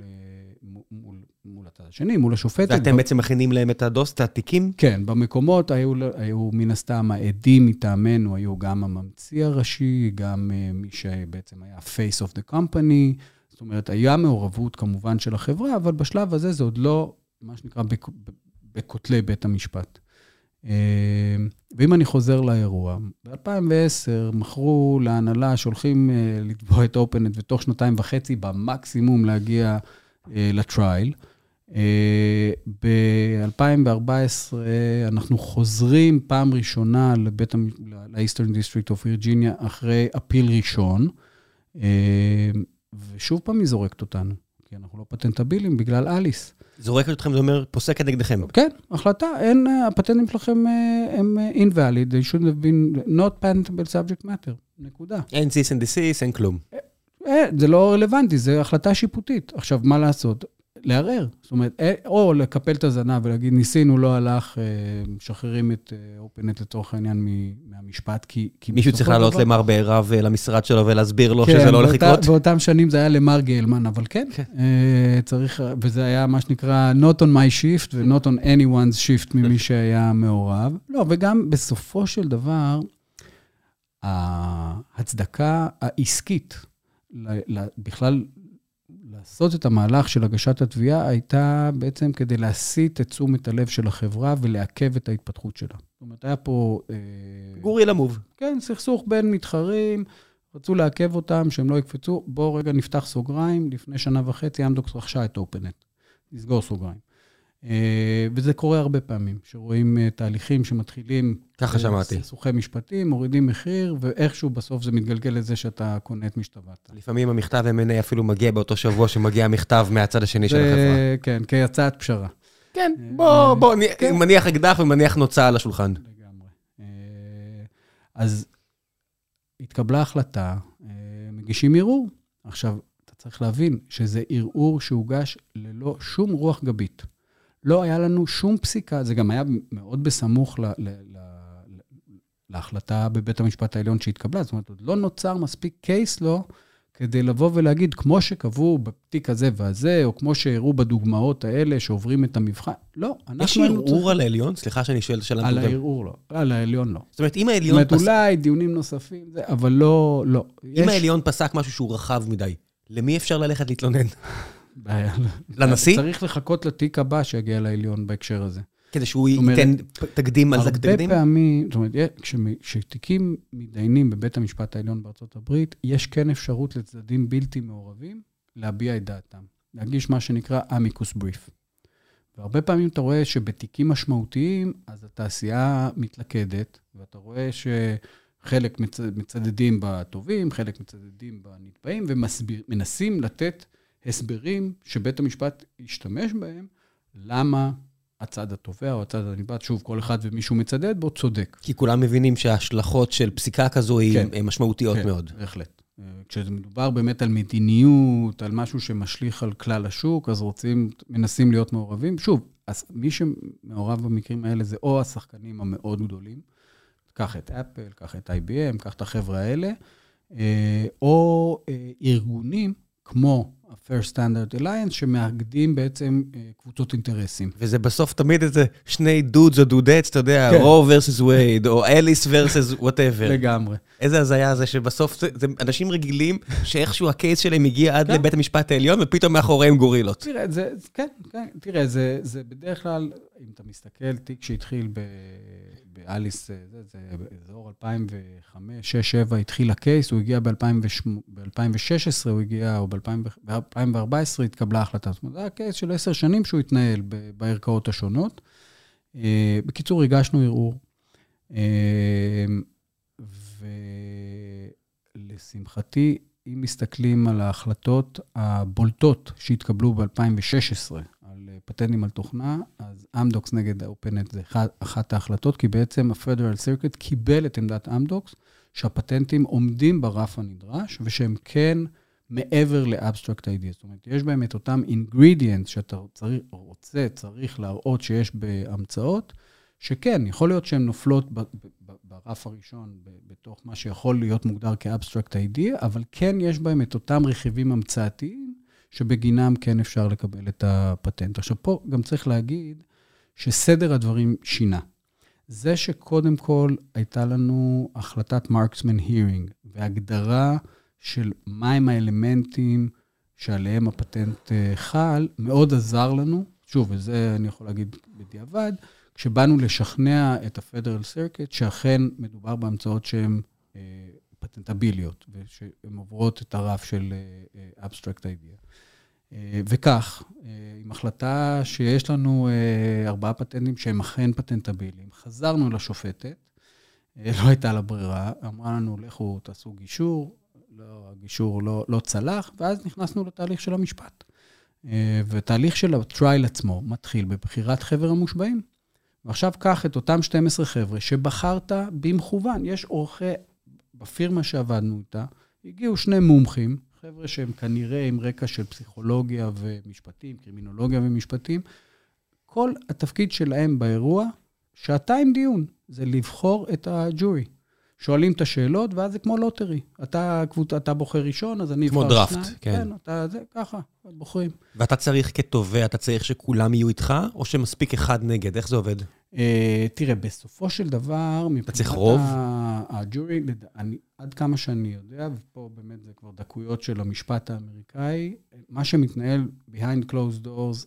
מול הצד השני, מול השופטת. ואתם בעצם מכינים להם את הדוס, את התיקים? כן, במקומות היו מן הסתם העדים מטעמנו, היו גם הממציא הראשי, גם מי שבעצם היה face of the company, זאת אומרת, היה מעורבות כמובן של החברה, אבל בשלב הזה זה עוד לא, מה שנקרא, בכותלי בית המשפט. ואם אני חוזר לאירוע, ב-2010 מכרו להנהלה שהולכים לתבוע את אופנט ותוך 2.5 במקסימום להגיע לטרייל. ב-2014 אנחנו חוזרים פעם ראשונה ל-Eastern District of Virginia אחרי אפיל ראשון, ושוב פעם היא זורקת אותנו, כי אנחנו לא פטנטבילים בגלל אליס. זורקת אתכם, זה אומר, פוסקת נגדכם. כן, החלטה, הפטנטים שלכם הם invalid, they should have been not patentable subject matter, נקודה. אין cease and desist, אין כלום. זה לא רלוונטי, זה החלטה שיפוטית. עכשיו, מה לעשות? לערער. זאת אומרת, או לקפל את הזנב ולהגיד, ניסינו, לא הלך, משחררים את אופנט לצורך העניין מהמשפט, כי מישהו צריך לעלות למר בערב למשרד שלו ולהסביר לו שזה לא הולך לקרות? באותם שנים זה היה למר גלמן, אבל כן, צריך, וזה היה מה שנקרא not on my shift ו-not on anyone's shift ממי שהיה מעורב. לא, וגם בסופו של דבר, ההצדקה העסקית, בכלל, לעשות את המהלך של הגשת התביעה, הייתה בעצם כדי להסיט את תשומת הלב של החברה, ולעכב את ההתפתחות שלה. זאת אומרת, היה פה... גורי למוב. כן, סכסוך בין מתחרים, רצו לעכב אותם, שהם לא יקפצו, בואו רגע נפתח סוגריים, לפני 1.5 שנה, אמדוקס רכשה את אופנט. נסגור סוגריים. וזה קורה הרבה פעמים, שרואים תהליכים שמתחילים... ככה שמעתי. סכסוכי משפטים, מורידים מחיר, ואיכשהו בסוף זה מתגלגל לזה שאתה קונה את משתוות. לפעמים המכתב M&A אפילו מגיע באותו שבוע שמגיע המכתב מהצד השני של החברה. כן, כהצעת פשרה. כן, בוא, מניח אקדח ומניח נוצה על השולחן. לגמרי. אז התקבלה החלטה, מגישים ערעור. עכשיו, אתה צריך להבין שזה ערעור שהוגש ללא שום רוח גבית. לא היה לנו שום פסיקה, זה גם היה מאוד בסמוך להחלטה בבית המשפט העליון שהתקבלה, זאת אומרת, עוד לא נוצר מספיק קייס לו, כדי לבוא ולהגיד, כמו שקבעו בתיק הזה והזה, או כמו שהראו בדוגמאות האלה, שעוברים את המבחן, לא. יש ערעור על העליון? סליחה שאני שואל שאלה. על הערעור לא, על העליון לא. זאת אומרת, אם העליון פסק... זאת אומרת, אולי דיונים נוספים, אבל לא. אם העליון פסק משהו שהוא רחב מדי, למי אפשר ללכת להתלונן? לנשיא? צריך לחכות לתיק הבא שיגיע לעליון בהקשר הזה. כדי שהוא ייתן תקדים על זה תקדים? הרבה פעמים, זאת אומרת, כשתיקים מתדיינים בבית המשפט העליון בארצות הברית, יש כן אפשרות לצדדים בלתי מעורבים להביע את דעתם. להגיש מה שנקרא אמיקוס בריף. והרבה פעמים אתה רואה שבתיקים משמעותיים, אז התעשייה מתלכדת, ואתה רואה שחלק מצדדים בטובים, חלק מצדדים בנתבעים, ומנסים לתת הסברים שבית המשפט ישתמש בהם, למה הצד התובע או הצד הנתבע, שוב, כל אחד ומישהו מצדד בו, צודק. כי כולם מבינים שההשלכות של פסיקה כזו הן משמעותיות מאוד. כן, בהחלט. כשזה מדובר באמת על מדיניות, על משהו שמשליך על כלל השוק, אז מנסים להיות מעורבים. שוב, אז מי שמעורב במקרים האלה זה או השחקנים המאוד גדולים, קח את אפל, קח את IBM, קח את החבר'ה האלה, או ארגונים כמו ה-Fair Standard Alliance, שמאגדים בעצם קבוצות אינטרסים. וזה בסוף תמיד איזה שני דודס או דודץ, אתה יודע, רו versus וייד, או אליס versus whatever. לגמרי. איזה הזיה זה שבסוף זה אנשים רגילים, שאיכשהו הקייס שלהם הגיע עד לבית המשפט העליון, ופתאום מאחוריהם גורילות. תראה, תראה, זה בדרך כלל, אם אתה מסתכל, תיק שהתחיל באליס, זה באזור 2005-2007 התחיל הקייס, הוא הגיע ב-2016, הוא הגיע, או ב-2014 התקבלה החלטה. זאת אומרת, זה היה קייס של 10 שנים שהוא התנהל בערכאות השונות. בקיצור, הגשנו ערעור. ולשמחתי, אם מסתכלים על ההחלטות הבולטות שהתקבלו ב-2016 על פטנטים על תוכנה, אז אמדוקס נגד האופנט זה אחת ההחלטות, כי בעצם ה-Federal Circuit קיבל את עמדת אמדוקס, שהפטנטים עומדים ברף הנדרש, ושהם כן מעבר ל-Abstract Ideas. זאת אומרת, יש בהם את אותם ingredients שאתה צריך להראות שיש בהמצאות, שכן, יכול להיות שהן נופלות ברף הראשון, בתוך מה שיכול להיות מוגדר כ-Abstract Idea, אבל כן יש בהם את אותם רכיבים המצאתיים, שבגינם כן אפשר לקבל את הפטנט. עכשיו פה גם צריך להגיד שסדר הדברים שינה. זה שקודם כל הייתה לנו החלטת מרקסמן הירינג, והגדרה של מהם האלמנטים שעליהם הפטנט חל, מאוד עזר לנו, שוב, וזה אני יכול להגיד בדיעבד, כשבאנו לשכנע את ה-Federal Circuit, שאכן מדובר בהמצאות שהן פטנטביליות, ושהן עוברות את הרף של Abstract Idea. וכך, עם החלטה שיש לנו 4 פטנטים שהם אכן פטנטביליים, חזרנו לשופטת, לא הייתה לה ברירה, אמרה לנו, לכו תעשו גישור, הגישור לא צלח, ואז נכנסנו לתהליך של המשפט. ותהליך של הטרייל עצמו מתחיל בבחירת חבר המושבעים. ועכשיו קח את אותם 12 חבר'ה שבחרת במכוון. יש עורכי, בפירמה שעבדנו איתה, הגיעו 2 מומחים, חבר'ה שהם כנראה עם רקע של פסיכולוגיה ומשפטים, קרימינולוגיה ומשפטים. כל התפקיד שלהם באירוע, 2 דיון, זה לבחור את הג'ורי. שואלים את השאלות, ואז זה כמו לוטרי. אתה בוחר ראשון, אז אני אבחר שניים. כמו דראפט, כן. כן, זה ככה, בוחרים. ואתה צריך כתובע, אתה צריך שכולם יהיו איתך, או שמספיק אחד נגד? איך זה עובד? תראה, בסופו של דבר, אתה צריך רוב? הג'ורי, עד כמה שאני יודע, ופה באמת זה כבר דקויות של המשפט האמריקאי, מה שמתנהל behind closed doors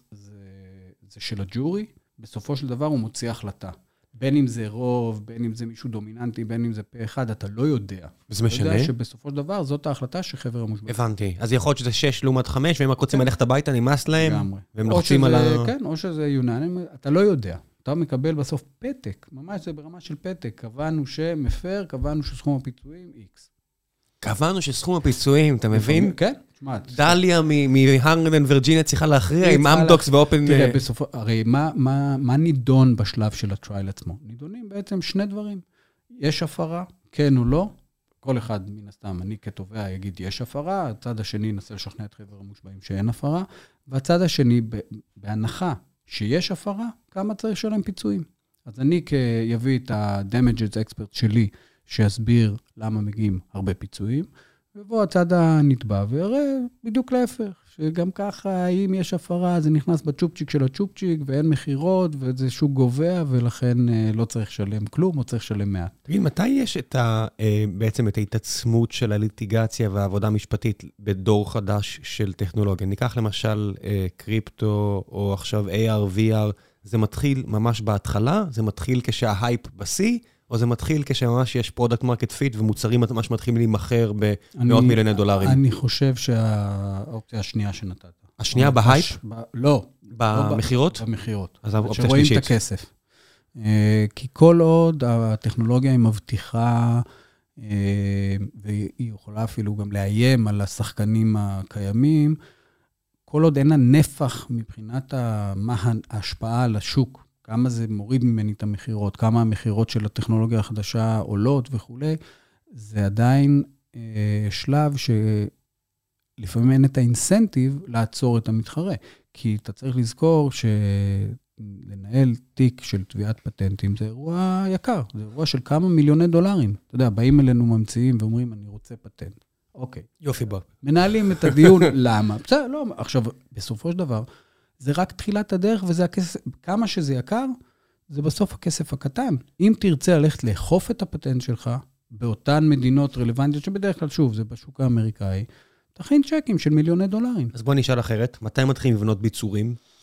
זה של הג'ורי, בסופו של דבר הוא מוציא החלטה. בין אם זה רוב, בין אם זה מישהו דומיננטי, בין אם זה פה אחד, אתה לא יודע. וזה משנה? אתה יודע שבסופו של דבר זאת ההחלטה שחבר המושבעים. הבנתי. אז יכול להיות שזה 6 לעומת 5, והם רק רוצים ללכת הביתה, נמאס להם, והם לוחצים על כן, או שזה יונן, אתה לא יודע. אתה מקבל בסוף פתק, ממש זה ברמה של פתק. קבענו שמפר, קבענו שסכום הפיצויים X. קבענו שסכום הפיצויים, אתה מבין? כן. דליה מהרלנד וירג'יניה צריכה להכריע עם אמדוקס ואופן... תראה, בסופו, הרי מה נידון בשלב של הטרייל עצמו? נידונים בעצם 2 דברים. יש הפרה, כן או לא, כל אחד מן הסתם, אני כתובע יגיד יש הפרה, הצד השני ינסה לשכנע את חבר המושבעים שאין הפרה, והצד השני, בהנחה שיש הפרה, כמה צריך לשלם פיצויים. אז אני יביא את ה-damages expert שלי, שיסביר למה מגיעים הרבה פיצויים, ובוא הצד הנתבע ויראה בדיוק להפך, שגם ככה, אם יש הפרה, זה נכנס בצ'ופצ'יק של הצ'ופצ'יק, ואין מחירות, וזה שוק גובע, ולכן לא צריך לשלם כלום, או צריך לשלם מעט. תגיד, מתי יש בעצם את ההתעצמות של הליטיגציה והעבודה המשפטית בדור חדש של טכנולוגיה? ניקח למשל קריפטו, או עכשיו AR, VR, זה מתחיל ממש בהתחלה, זה מתחיל כשההייפ בשיא, או זה מתחיל כשממש יש פרודקט מרקט פיט, ומוצרים ממש מתחילים להימחר במאות מיליוני דולרים. אני חושב שהאופציה השנייה שנתת. השנייה בהייפ? לא. במחירות? במחירות. אז האופציה שרואים שלישית. את הכסף. כי כל עוד הטכנולוגיה היא מבטיחה, והיא יכולה אפילו גם לאיים על השחקנים הקיימים, כל עוד אין לה נפח מבחינת מה ההשפעה על השוק, כמה זה מוריד ממני את המחירות, כמה המחירות של הטכנולוגיה החדשה עולות וכו', זה עדיין שלב שלפעמים אין את האינסנטיב לעצור את המתחרה. כי אתה צריך לזכור שלנהל תיק של תביעת פטנטים זה אירוע יקר, זה אירוע של כמה מיליוני דולרים. אתה יודע, באים אלינו ממציאים ואומרים, אני רוצה פטנט. אוקיי. יופי בא. מנהלים את הדיון, למה? בסדר, לא, עכשיו, בסופו של דבר, זה רק תחילת הדרך, וזה הכסף, כמה שזה יקר, זה בסוף הכסף הקטן. אם תרצה ללכת לאכוף את הפטנט שלך, באותן מדינות רלוונטיות, שבדרך כלל, שוב, זה בשוק האמריקאי, תכין צ'קים של מיליוני דולרים. אז בוא נשאל אחרת, מתי מתחילים לבנות ביצורים?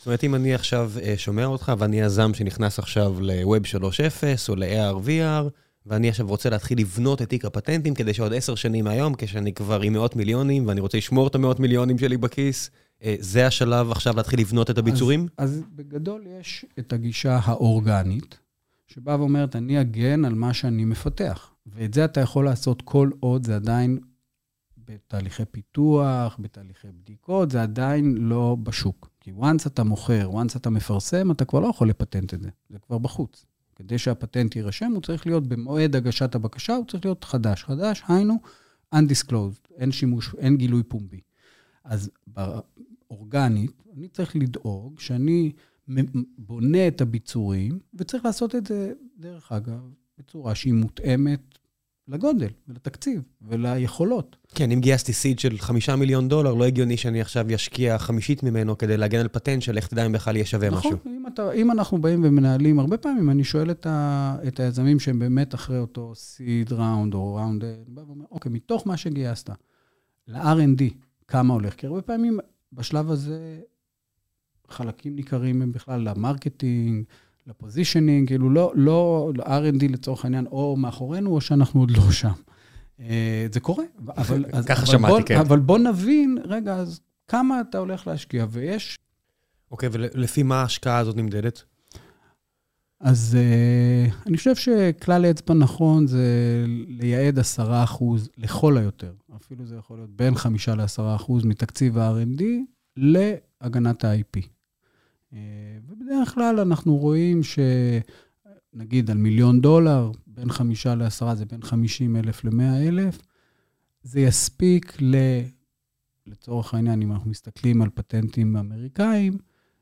זאת אומרת, אם אני עכשיו שומע אותך, ואני יזם שנכנס עכשיו ל-Web 3.0 או ל-AR/VR, ואני עכשיו רוצה להתחיל לבנות את תיק הפטנטים, כדי שעוד 10 שנים מהיום, כשאני כבר עם מאות מיליונים, ואני רוצה לשמור את המאות מיליונים שלי בכיס, זה השלב עכשיו להתחיל לבנות את הביצורים? אז בגדול יש את הגישה האורגנית, שבאה ואומרת, אני אגן על מה שאני מפתח. ואת זה אתה יכול לעשות כל עוד, זה עדיין בתהליכי פיתוח, בתהליכי בדיקות, זה עדיין לא בשוק. כי once אתה מוכר, once אתה מפרסם, אתה כבר לא יכול לפטנט את זה. זה כבר בחוץ. כדי שהפטנט יירשם, הוא צריך להיות במועד הגשת הבקשה, הוא צריך להיות חדש. חדש, היינו, undisclosed, אין שימוש, אין גילוי פומבי. אז באורגנית, אני צריך לדאוג שאני בונה את הביצורים, וצריך לעשות את זה, דרך אגב, בצורה שהיא מותאמת לגודל, ולתקציב, וליכולות. כן, אם גייסתי סיד של $5 מיליון, לא הגיוני שאני עכשיו ישקיע 50 ממנו כדי להגן על פטנט של איך תדע אם בכלל יהיה שווה משהו. נכון, אם אנחנו באים ומנהלים, הרבה פעמים אני שואל את היזמים שהם באמת אחרי אותו סיד ראונד או ראונד, אוקיי, מתוך מה שגייסת, ל-R&D, כמה הולך? כי הרבה פעמים בשלב הזה, חלקים ניכרים הם בכלל למרקטינג, לפוזישנינג, כאילו לא R&D לצורך העניין, או מאחורינו, או שאנחנו עוד לא שם. זה קורה. ככה שמעתי, כן. אבל בוא נבין, רגע, אז כמה אתה הולך להשקיע, ויש... אוקיי, ולפי מה ההשקעה הזאת נמדדת? אז אני חושב שכלל האצבע נכון, זה לייעד 10% לכל היותר. אפילו זה יכול להיות בין 5-10% מתקציב ה-R&D להגנת ה-IP. ובדרך כלל אנחנו רואים שנגיד על $1 מיליון, בין 5-10 זה בין 50,000 ל-100,000, זה יספיק לצורך העניין, אם אנחנו מסתכלים על פטנטים אמריקאים,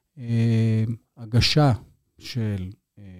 הגשה של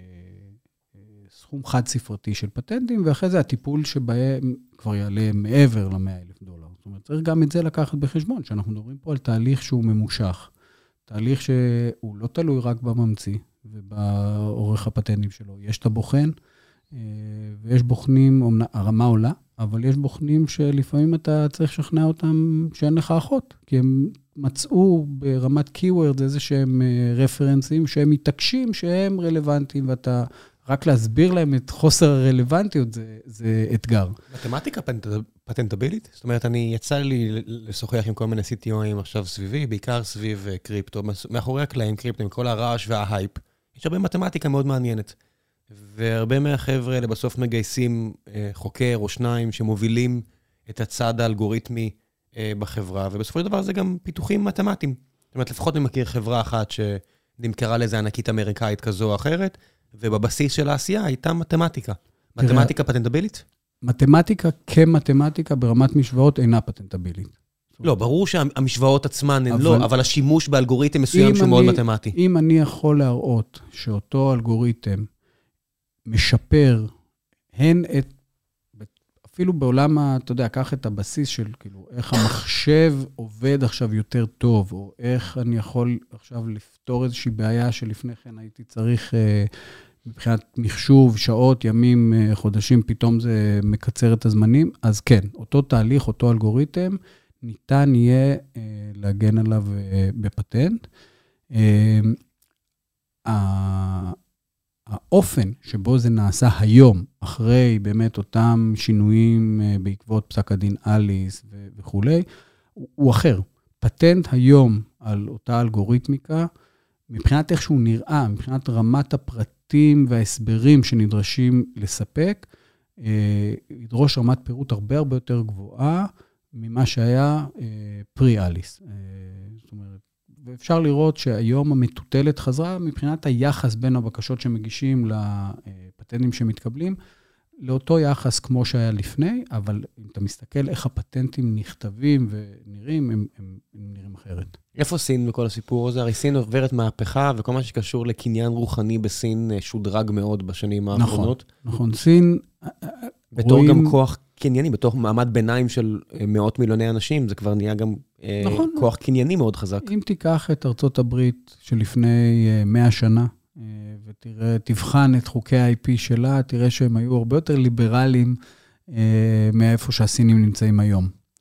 סכום חד ספרתי של פטנטים, ואחרי זה הטיפול שבהם כבר יעלה מעבר ל-100,000 דולר. זאת אומרת, צריך גם את זה לקחת בחשבון, שאנחנו מדברים פה על תהליך שהוא ממושך. תהליך שהוא לא תלוי רק בממציא ובעורך הפטנטים שלו. יש את הבוחן, ויש בוחנים, הרמה עולה, אבל יש בוחנים שלפעמים אתה צריך לשכנע אותם שאין לך אחות, כי הם מצאו ברמת קיוורד איזה שהם רפרנסים, שהם מתעקשים שהם רלוונטיים, ואתה רק להסביר להם את חוסר הרלוונטיות, זה אתגר. מתמטיקה פטנטבילית? זאת אומרת, יצא לי לשוחח עם כל מיני CTO'ים עכשיו סביבי, בעיקר סביב קריפטו, מאחורי הקלעים קריפטו, עם כל הרעש וההייפ. יש הרבה מתמטיקה מאוד מעניינת. והרבה מהחבר'ה האלה בסוף מגייסים חוקר או שניים שמובילים את הצד האלגוריתמי בחברה, ובסופו של דבר זה גם פיתוחים מתמטיים. זאת אומרת, לפחות אני מכיר חברה אחת שנמכרה לזה ענקית אמריקאית כזו או אחרת, ובבסיס של העשייה הייתה מתמטיקה. מתמטיקה פטנטבילית? מתמטיקה כמתמטיקה ברמת משוואות אינה פטנטבילית. לא, ברור שהמשוואות עצמן הן לא, אבל השימוש באלגוריתם מסוים שהוא מאוד מתמטי. אם אני יכול להראות שאותו אלגוריתם משפר, הן את, אפילו בעולם, אתה יודע, קח את הבסיס של, כאילו, איך המחשב עובד עכשיו יותר טוב, או איך אני יכול עכשיו לפתור איזושהי בעיה שלפני כן הייתי צריך, מבחינת מחשוב, שעות, ימים, חודשים, פתאום זה מקצר את הזמנים, אז כן, אותו תהליך, אותו אלגוריתם, ניתן יהיה להגן עליו בפטנט. האופן שבו זה נעשה היום, אחרי באמת אותם שינויים בעקבות פסק הדין אליס וכו', הוא אחר. פטנט היום על אותה אלגוריתמיקה, מבחינת איך שהוא נראה, מבחינת רמת הפרטים וההסברים שנדרשים לספק, ידרוש רמת פירוט הרבה הרבה יותר גבוהה ממה שהיה פרי-אליס. זאת אומרת, ואפשר לראות שהיום המטוטלת חזרה מבחינת היחס בין הבקשות שמגישים לפטנטים שמתקבלים, לאותו יחס כמו שהיה לפני, אבל אם אתה מסתכל איך הפטנטים נכתבים ונראים, הם נראים אחרת. איפה סין בכל הסיפור הזה? הרי סין עוברת מהפכה, וכל מה שקשור לקניין רוחני בסין שודרג מאוד בשנים האחרונות. נכון, סין... בתור גם כוח קנייני, בתור מעמד ביניים של מאות מיליוני אנשים, זה כבר נהיה גם כוח קנייני מאוד חזק. אם תיקח את ארצות הברית שלפני 100 שנה, ותראה, תבחן את חוקי ה-IP שלה, תראה שהם היו הרבה יותר ליברליים מאיפה שהסינים נמצאים היום.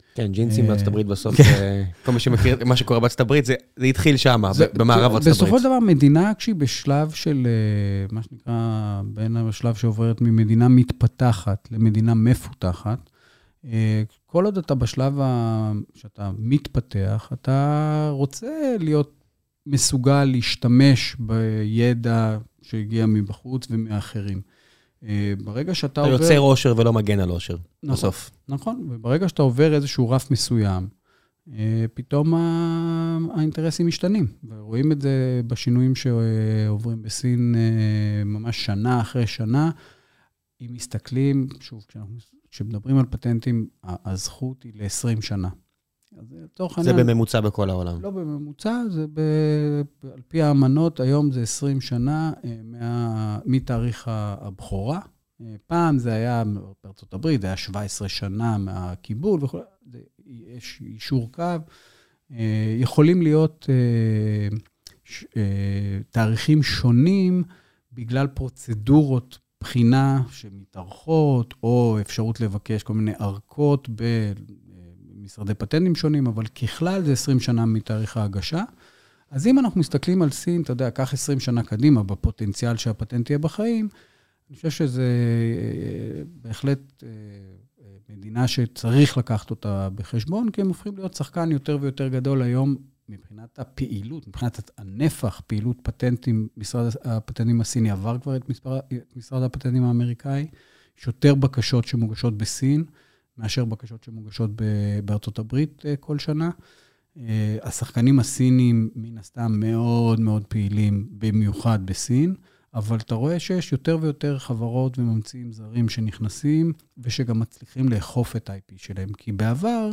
כן, ג'ינסים בארצות הברית בסוף, כל מי שמכיר מה שקורה בארצות הברית, זה התחיל שם, במערב ארצות הברית. בסופו של דבר, מדינה כשהיא בשלב של, מה שנקרא, בין השלב שעוברת ממדינה מתפתחת למדינה מפותחת, כל עוד אתה בשלב שאתה מתפתח, אתה רוצה להיות מסוגל להשתמש בידע שהגיע מבחוץ ומאחרים. ברגע שאתה עובר... אתה יוצר עושר ולא מגן על עושר, בסוף. נכון, וברגע שאתה עובר איזשהו רף מסוים, פתאום האינטרסים משתנים. ורואים את זה בשינויים שעוברים בסין ממש שנה אחרי שנה. אם מסתכלים, שוב, כשמדברים על פטנטים, הזכות היא ל-20 שנה. זה בממוצע בכל העולם. לא בממוצע, זה על פי האמנות, היום זה 20 שנה מתאריך הבכורה. פעם זה היה בארצות הברית, זה היה 17 שנה מהקיבול, יש אישור קו. יכולים להיות תאריכים שונים בגלל פרוצדורות בחינה שמתארכות, או אפשרות לבקש כל מיני ארכות משרדי פטנטים שונים, אבל ככלל זה 20 שנה מתאריך ההגשה. אז אם אנחנו מסתכלים על סין, אתה יודע, כך 20 שנה קדימה, בפוטנציאל שהפטנט יהיה בחיים, אני חושב שזה בהחלט מדינה שצריך לקחת אותה בחשבון, כי הם הופכים להיות שחקן יותר ויותר גדול היום, מבחינת הפעילות, מבחינת הנפח, פעילות פטנטים, משרד הפטנטים הסיני עבר כבר את משרד הפטנטים האמריקאי, יש יותר בקשות שמוגשות בסין, מאשר בקשות שמוגשות בארצות הברית כל שנה. השחקנים הסינים מן הסתם מאוד מאוד פעילים, במיוחד בסין, אבל אתה רואה שיש יותר ויותר חברות וממציאים זרים שנכנסים, ושגם מצליחים לאכוף את ה-IP שלהם, כי בעבר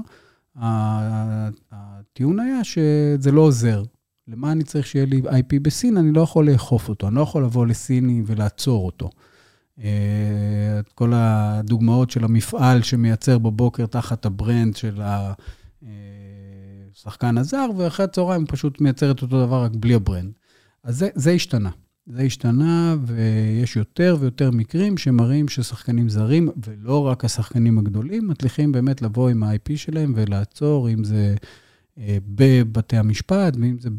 הטיעון היה שזה לא עוזר. למה אני צריך שיהיה לי IP בסין? אני לא יכול לאכוף אותו, אני לא יכול לבוא לסיני ולעצור אותו. את כל הדוגמאות של המפעל שמייצר בבוקר תחת הברנד של השחקן הזר, ואחרי הצהריים הוא פשוט מייצר את אותו דבר רק בלי הברנד. אז זה השתנה. זה השתנה, ויש יותר ויותר מקרים שמראים ששחקנים זרים, ולא רק השחקנים הגדולים, מצליחים באמת לבוא עם ה-IP שלהם ולעצור, אם זה בבתי המשפט, ואם זה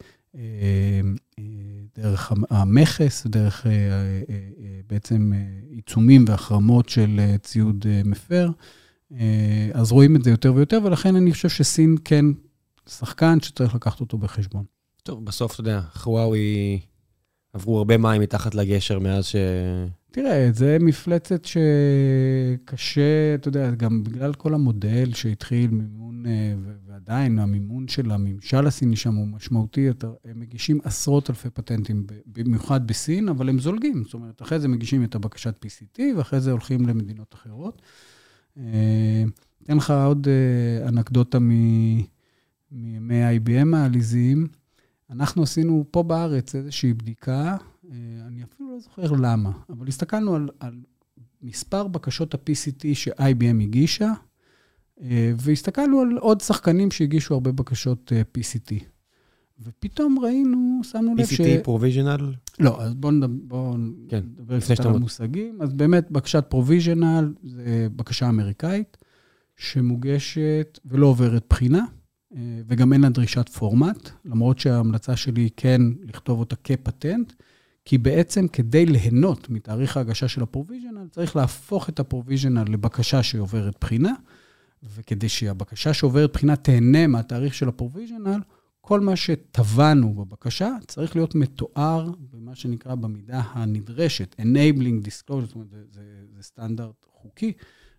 דרך המכס, דרך בעצם עיצומים והחרמות של ציוד מפר. אז רואים את זה יותר ויותר, ולכן אני חושב שסין כן שחקן שצריך לקחת אותו בחשבון. טוב, בסוף, אתה יודע, חוואוי עברו הרבה מים מתחת לגשר מאז תראה, זה מפלצת שקשה, אתה יודע, גם בגלל כל המודל שהתחיל מימון, ועדיין המימון של הממשל הסיני שם הוא משמעותי, הם מגישים עשרות אלפי פטנטים, במיוחד בסין, אבל הם זולגים, זאת אומרת, אחרי זה מגישים את הבקשת PCT, ואחרי זה הולכים למדינות אחרות. אתן לך עוד אנקדוטה מימי IBM העליזיים, אנחנו עשינו פה בארץ איזושהי בדיקה, אני אפילו לא זוכר למה, אבל הסתכלנו על מספר בקשות ה-PCT ש-IBM הגישה, והסתכלנו על עוד שחקנים שהגישו הרבה בקשות PCT. ופתאום ראינו, שמנו לב PCT פרוביז'נל? לא, אז בואו נדבר קצת על המושגים. אז באמת, בקשת פרוביז'נל, זה בקשה אמריקאית, שמוגשת ולא עוברת בחינה, וגם אין לה דרישת פורמט, למרות שההמלצה שלי היא כן לכתוב אותה כפטנט, כי בעצם כדי ליהנות מתאריך ההגשה של הפרוביז'נל, צריך להפוך את הפרוביז'נל לבקשה שעוברת בחינה, וכדי שהבקשה שעוברת בחינה תהנה מהתאריך של הפרוביז'נל, כל מה שטבענו בבקשה צריך להיות מתואר במה שנקרא במידה הנדרשת, enabling disclosure, זאת אומרת, זה סטנדרט חוקי,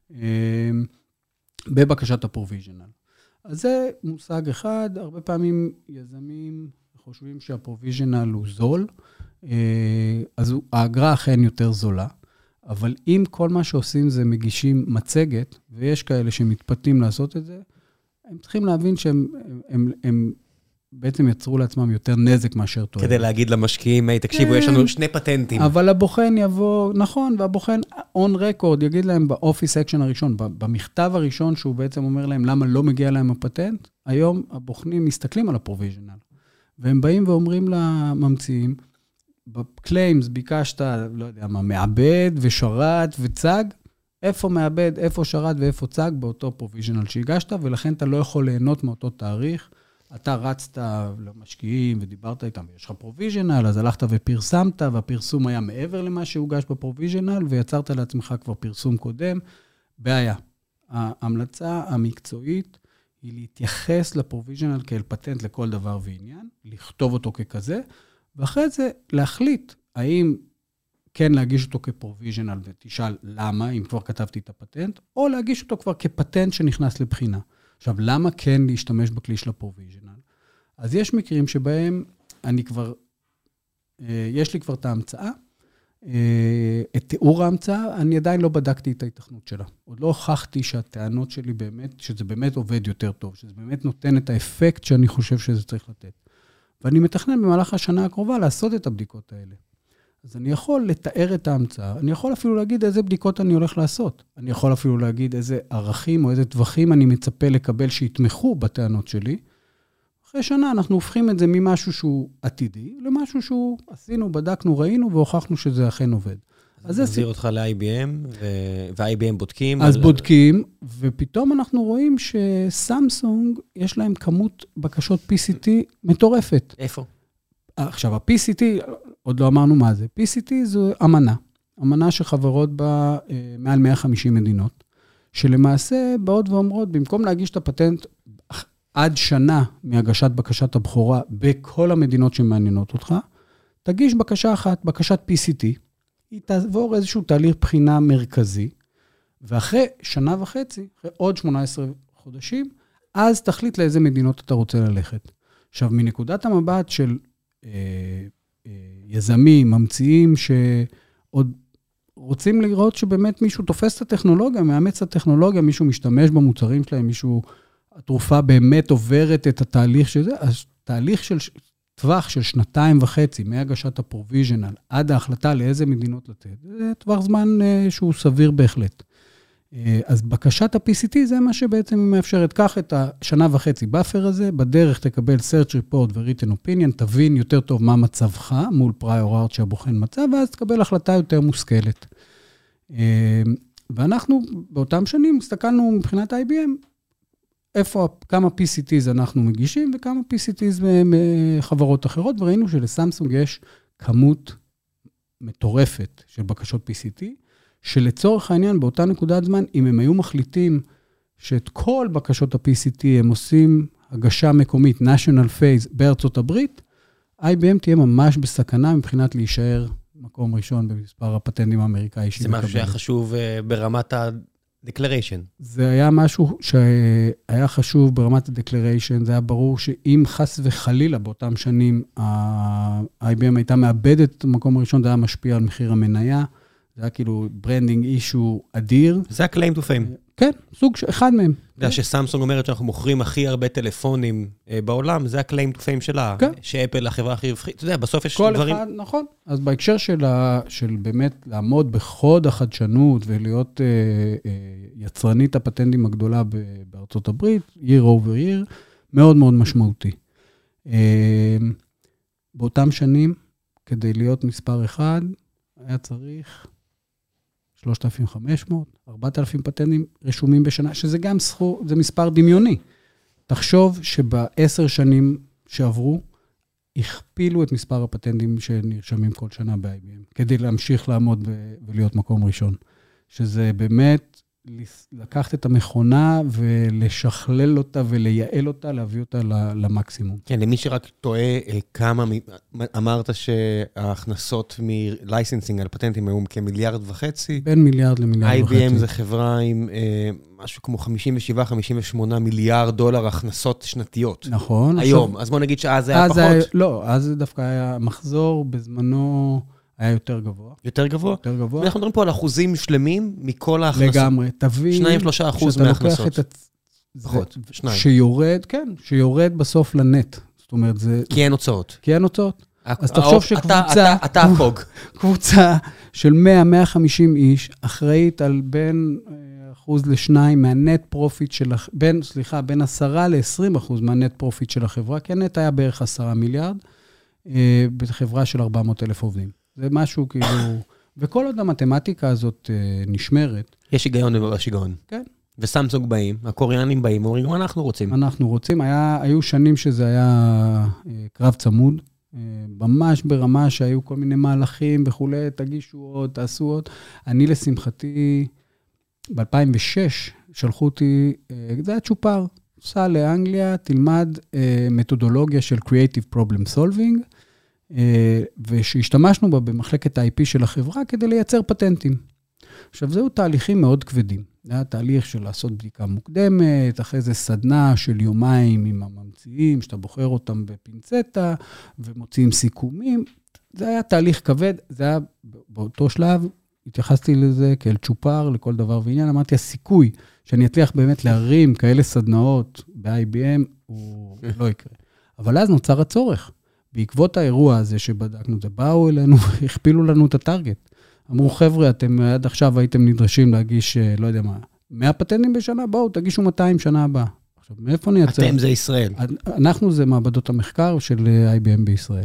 בבקשת הפרוביז'נל. אז זה מושג אחד, הרבה פעמים יזמים חושבים שהפרוביז'נל הוא זול, אז האגרה אכן יותר זולה, אבל אם כל מה שעושים זה מגישים מצגת, ויש כאלה שמתפתים לעשות את זה, הם צריכים להבין שהם בעצם יצרו לעצמם יותר נזק מאשר טועה. כדי להגיד למשקיעים, היי, תקשיבו, יש לנו 2 פטנטים. אבל הבוחן יבוא, נכון, והבוחן on record יגיד להם באופיס אקשן הראשון, במכתב הראשון שהוא בעצם אומר להם למה לא מגיע להם הפטנט, היום הבוחנים מסתכלים על הפרוביז'נל, והם באים ואומרים לממציאים, בקליימס ביקשת, לא יודע מה, מעבד ושרת וצג, איפה מאבד, איפה שרת ואיפה צג באותו פרוביז'נל שהגשת, ולכן אתה לא יכול ליהנות מאותו תאריך. אתה רצת למשקיעים ודיברת איתם, ויש לך פרוביז'נל, אז הלכת ופרסמת, והפרסום היה מעבר למה שהוגש בפרוביז'נל, ויצרת לעצמך כבר פרסום קודם. בעיה. ההמלצה המקצועית היא להתייחס לפרוביז'נל כאל פטנט לכל דבר ועניין, לכתוב אותו ככזה, ואחרי זה להחליט האם כן להגיש אותו כפרוביז'נל, ותשאל למה, אם כבר כתבתי את הפטנט, או להגיש אותו כבר כפטנט שנכנס לבחינה. עכשיו, למה כן להשתמש בכלי של הפרוביז'נל? אז יש מקרים שבהם יש לי כבר את ההמצאה, את תיאור ההמצאה, אני עדיין לא בדקתי את ההיתכנות שלה. עוד לא הוכחתי שהטענות שלי באמת, שזה באמת עובד יותר טוב, שזה באמת נותן את האפקט שאני חושב שזה צריך לתת. ואני מתכנן במהלך השנה הקרובה לעשות את הבדיקות האלה. אז אני יכול לתאר את ההמצאה, אני יכול אפילו להגיד איזה בדיקות אני הולך לעשות. אני יכול אפילו להגיד איזה ערכים או איזה טווחים אני מצפה לקבל שיתמכו בטענות שלי. אחרי שנה אנחנו הופכים את זה ממשהו שהוא עתידי, למשהו שהוא עשינו, בדקנו, ראינו והוכחנו שזה אכן עובד. אז נחזיר אותך ל-IBM, ו-IBM בודקים. אז בודקים, ופתאום אנחנו רואים שסמסונג יש להם כמות בקשות PCT מטורפת. איפה? עכשיו, ה-PCT, עוד לא אמרנו מה זה. PCT זו אמנה שחברות בה מעל 150 מדינות, שלמעשה באות ואומרות, במקום להגיש את הפטנט עד שנה מהגשת בקשת הבכורה בכל המדינות שמעניינות אותך, תגיש בקשה אחת, בקשת PCT, היא תעבור איזשהו תהליך בחינה מרכזי, ואחרי שנה וחצי, אחרי עוד 18 חודשים, אז תחליט לאיזה מדינות אתה רוצה ללכת. עכשיו, מנקודת המבט של יזמים, ממציאים, שעוד רוצים לראות שבאמת מישהו תופס את הטכנולוגיה, מאמץ את הטכנולוגיה, מישהו משתמש במוצרים שלהם, מישהו, התרופה באמת עוברת את התהליך של זה, אז תהליך של טווח של 2.5, מהגשת הפרוביז'נל, עד ההחלטה לאיזה מדינות לתת, זה טווח זמן שהוא סביר בהחלט. אז בקשת ה-PCT זה מה שבעצם מאפשרת, קח את השנה וחצי באפר הזה, בדרך תקבל search report ו-written opinion, תבין יותר טוב מה מצבך מול prior art שהבוחן מצב, ואז תקבל החלטה יותר מושכלת. ואנחנו באותם שנים הסתכלנו מבחינת IBM, כמה PCTs אנחנו מגישים, וכמה PCTs מחברות אחרות, וראינו שלסמסונג יש כמות מטורפת של בקשות PCT, שלצורך העניין, באותה נקודת זמן, אם הם היו מחליטים שאת כל בקשות ה-PCT הם עושים הגשה מקומית, national phase בארצות הברית, IBM תהיה ממש בסכנה מבחינת להישאר מקום ראשון במספר הפטנטים האמריקאי. זה משהו שהיה חשוב ברמת ה-declaration. זה היה משהו שהיה חשוב ברמת ה-declaration, זה היה ברור שאם חס וחלילה באותם שנים, ה-IBM הייתה מאבדת את המקום הראשון, זה היה משפיע על מחיר המניה, זה היה כאילו ברנדינג אישו אדיר. זה ה-claim to fame. כן, סוג אחד מהם. אתה יודע שסמסונג אומרת שאנחנו מוכרים הכי הרבה טלפונים בעולם, זה ה-claim to fame שלה. כן. שאפל החברה הכי רווחית. אתה יודע, בסוף יש דברים... כל אחד, נכון. אז בהקשר של באמת לעמוד בחוד החדשנות ולהיות יצרנית הפטנטים הגדולה בארצות הברית, year over year, מאוד מאוד משמעותי. באותם שנים, כדי להיות מספר אחד, היה צריך 3,500, 4,000 פטנטים רשומים בשנה, שזה גם זה מספר דמיוני. תחשוב שב10 שנים שעברו, הכפילו את מספר הפטנטים שנרשמים כל שנה ב-IBM, כדי להמשיך לעמוד ולהיות מקום ראשון. שזה באמת לקחת את המכונה ולשכלל אותה ולייעל אותה, להביא אותה למקסימום. כן, למי שרק טועה כמה, אמרת שההכנסות מלייסנסינג על פטנטים היו כ1.5 מיליארד. בין מיליארד למיליארד וחצי. IBM זה חברה עם משהו כמו 57-58 מיליארד דולר הכנסות שנתיות. נכון. היום, אז בוא נגיד שאז היה פחות. לא, אז דווקא היה מחזור בזמנו... היה יותר גבוה. יותר גבוה? יותר גבוה. אנחנו מדברים פה על אחוזים שלמים מכל ההכנסות. לגמרי, תבין... 2-3% מההכנסות. פחות, 2. שיורד, כן, שיורד בסוף לנט. זאת אומרת, זה... כי אין הוצאות. כי אין הוצאות. אז תחשוב שקבוצה... אתה הפוג. קבוצה של 100-150 איש, אחראית על בין 1% ל2 מהנט פרופיט של... בין 10 ל20% מהנט פרופיט של החברה, כי הנט היה בערך 10 מיליארד, בחברה של 400,000 עובדים. זה משהו כאילו, וכל עוד המתמטיקה הזאת נשמרת. יש היגיון ובשיגעון. כן. וסמסונג באים, הקוריאנים באים, ואומרים, מה אנחנו רוצים? אנחנו רוצים, היו שנים שזה היה קרב צמוד, ממש ברמה שהיו כל מיני מהלכים וכו', תגישו עוד, תעשו עוד. אני לשמחתי, ב-2006 שלחו אותי, זה היה צ'ופר, סע לאנגליה, תלמד מתודולוגיה של Creative Problem Solving, ושהשתמשנו בה במחלקת ה-IP של החברה כדי לייצר פטנטים. עכשיו, זהו תהליכים מאוד כבדים. זה היה תהליך של לעשות בדיקה מוקדמת, אחרי זה סדנה של יומיים עם הממציאים, שאתה בוחר אותם בפינצטה, ומוציאים סיכומים. זה היה תהליך כבד, זה היה באותו שלב, התייחסתי לזה כאל צ'ופר לכל דבר ועניין, אמרתי, הסיכוי שאני אצליח באמת להרים כאלה סדנאות ב-IBM, הוא לא יקרה. אבל אז נוצר הצורך. בעקבות האירוע הזה שבדקנו, זה באו אלינו והכפילו לנו את הטרגט. אמרו, חבר'ה, אתם עד עכשיו הייתם נדרשים להגיש, לא יודע מה, 100 פטנטים בשנה, בואו, תגישו 200 שנה הבאה. עכשיו, מאיפה נייצר? אתם זה ישראל. אנחנו זה מעבדות המחקר של IBM בישראל.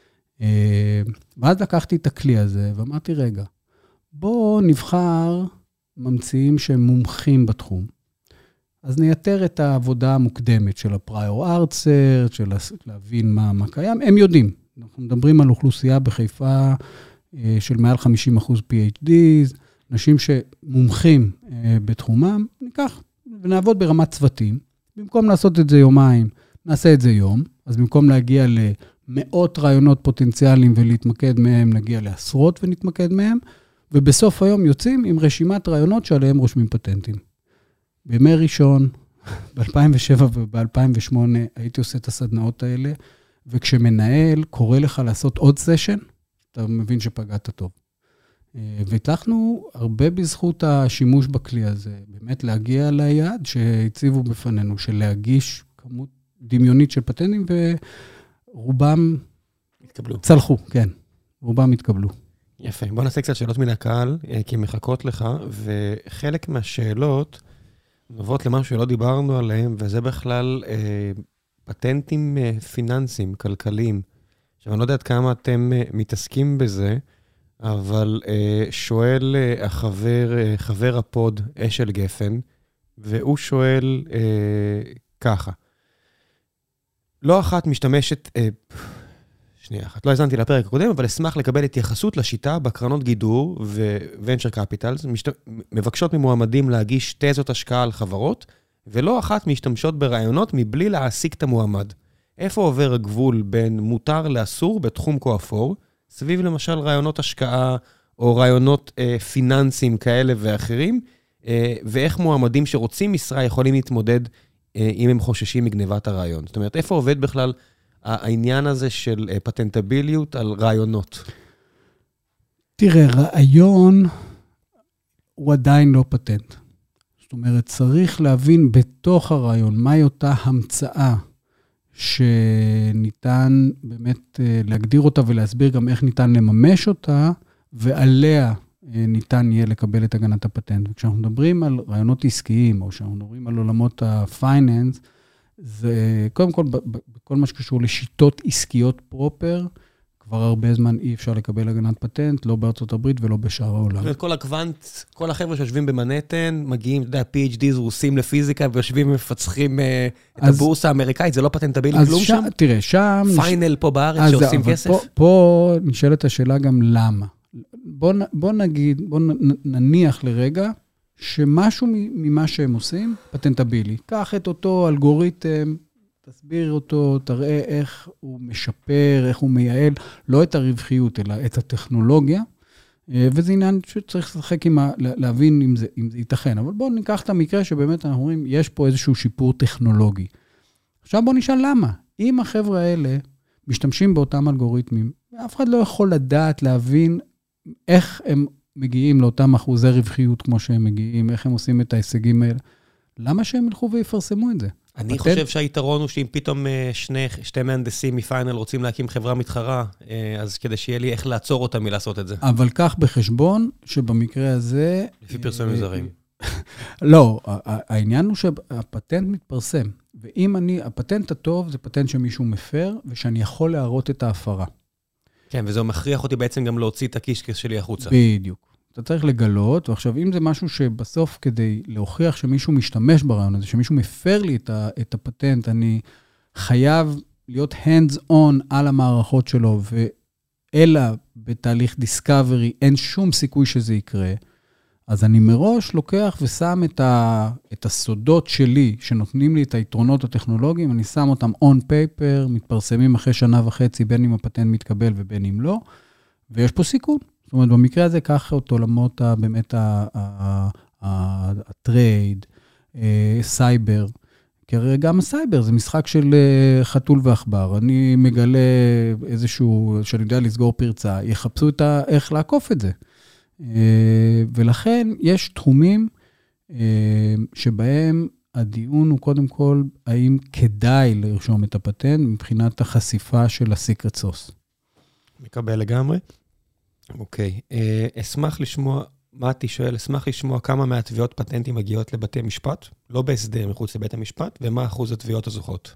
ואז לקחתי את הכלי הזה, ואמרתי, רגע, בואו נבחר ממציאים שהם מומחים בתחום. אז נייתר את העבודה המוקדמת של ה-Prior Art Search, של להבין מה קיים. הם יודעים. אנחנו מדברים על אוכלוסייה בחיפה של מעל 50% PhDs, אנשים שמומחים בתחומם, ניקח ונעבוד ברמת צוותים. במקום לעשות את זה יומיים, נעשה את זה יום. אז במקום להגיע למאות רעיונות פוטנציאליים ולהתמקד מהם, נגיע לעשרות ונתמקד מהם, ובסוף היום יוצאים עם רשימת רעיונות שעליהם רושמים פטנטים. בימי ראשון, ב-2007 וב-2008, הייתי עושה את הסדנאות האלה, וכשמנהל קורא לך לעשות עוד סשן, אתה מבין שפגעת טוב. והצלחנו הרבה בזכות השימוש בכלי הזה, באמת להגיע ליעד שהציבו בפנינו, של להגיש כמות דמיונית של פטנטים, ורובם התקבלו. צלחו, כן. רובם התקבלו. יפה. בוא נעשה קצת שאלות מן הקהל, כי הן מחכות לך, וחלק מהשאלות נובעות למשהו שלא דיברנו עליהם, וזה בכלל פטנטים פיננסיים, כלכליים. עכשיו, אני לא יודעת כמה אתם מתעסקים בזה, אבל שואל חבר הפוד אשל גפן, והוא שואל ככה, לא אחת משתמשת, שנייה אחת, לא הזנתי לפרק הקודם, אבל אשמח לקבל התייחסות לשיטה בקרנות גידור ו-Venture Capitals, מבקשות ממועמדים להגיש תזות השקעה על חברות, ולא אחת משתמשות ברעיונות מבלי להעסיק את המועמד. איפה עובר הגבול בין מותר לאסור בתחום כה אפור, סביב למשל רעיונות השקעה או רעיונות פיננסיים כאלה ואחרים, ואיך מועמדים שרוצים משרה יכולים להתמודד אם הם חוששים מגנבת הרעיון. זאת אומרת, איפה עובד בכלל העניין הזה של פטנטביליות על רעיונות? תראה, רעיון הוא עדיין לא פטנט. זאת אומרת, צריך להבין בתוך הרעיון מהי אותה המצאה שניתן באמת להגדיר אותה ולהסביר גם איך ניתן לממש אותה, ועליה ניתן יהיה לקבל את הגנת הפטנט. וכשאנחנו מדברים על רעיונות עסקיים, או כשאנחנו מדברים על עולמות הפייננס, זה קודם כל, בכל מה שקשור לשיטות עסקיות פרופר, כבר הרבה זמן אי אפשר לקבל הגנת פטנט, לא בארצות הברית ולא בשאר העולם. כל הקוונט, כל החבר'ה שיושבים במנהטן, מגיעים, אתה יודע, PhDs רוסים לפיזיקה, ויושבים ומפצחים את הבורסה האמריקאית, זה לא פטנטבילי כלום שם? תראה, שם... פיינל פה בארץ שעושים כסף? פה נשאלת השאלה גם למה. בוא נגיד, בוא נניח לרגע, שמשהו ממה שהם עושים, פטנטבילי. קח את אותו אלגוריתם, תסביר אותו, תראה איך הוא משפר, איך הוא מייעל, לא את הרווחיות, אלא את הטכנולוגיה, וזה עניין שצריך לשחק להבין אם זה ייתכן. אבל בואו ניקח את המקרה שבאמת אנחנו אומרים, יש פה איזשהו שיפור טכנולוגי. עכשיו בואו נשאל למה. אם החבר'ה האלה משתמשים באותם אלגוריתמים, אף אחד לא יכול לדעת, להבין איך הם מגיעים לאותם אחוזי רווחיות כמו שהם מגיעים, איך הם עושים את ההישגים האלה. למה שהם ילכו ויפרסמו את זה? אני חושב שהיתרון הוא שאם פתאום שתי מהנדסים מפיינל רוצים להקים חברה מתחרה, אז כדי שיהיה לי איך לעצור אותם מלעשות את זה. אבל כך בחשבון שבמקרה הזה... לפי פרסומים זרים. לא, העניין הוא שהפטנט מתפרסם. ואם הפטנט הטוב זה פטנט שמישהו מפר, ושאני יכול להראות את ההפרה. כן, וזה מכריח אותי בעצם גם להוציא את הקישקס שלי החוצה. בדיוק. אתה צריך לגלות, ועכשיו, אם זה משהו שבסוף כדי להוכיח שמישהו משתמש ברעיון הזה, שמישהו מפר לי את הפטנט, אני חייב להיות hands on על המערכות שלו, ואלא בתהליך דיסקאברי, אין שום סיכוי שזה יקרה, אז אני מראש לוקח ושם את הסודות שלי, שנותנים לי את היתרונות הטכנולוגיים, אני שם אותם on paper, מתפרסמים אחרי 1.5 שנה, בין אם הפטנט מתקבל ובין אם לא, ויש פה סיכון. זאת אומרת, במקרה הזה, קח את עולמות באמת הטרייד, סייבר, כי הרי גם הסייבר זה משחק של חתול ועכבר. אני מגלה איזשהו, שאני יודע לסגור פרצה, יחפשו איך לעקוף את זה. ולכן יש תחומים שבהם הדיון הוא קודם כל, האם כדאי לרשום את הפטנט מבחינת החשיפה של הסיקרט סוס. מקבל לגמרי. אוקיי. אשמח לשמוע, מתי שואל, אשמח לשמוע כמה מהתביעות פטנטים מגיעות לבתי משפט, לא בהסדר מחוץ לבית המשפט, ומה אחוז התביעות הזוכות?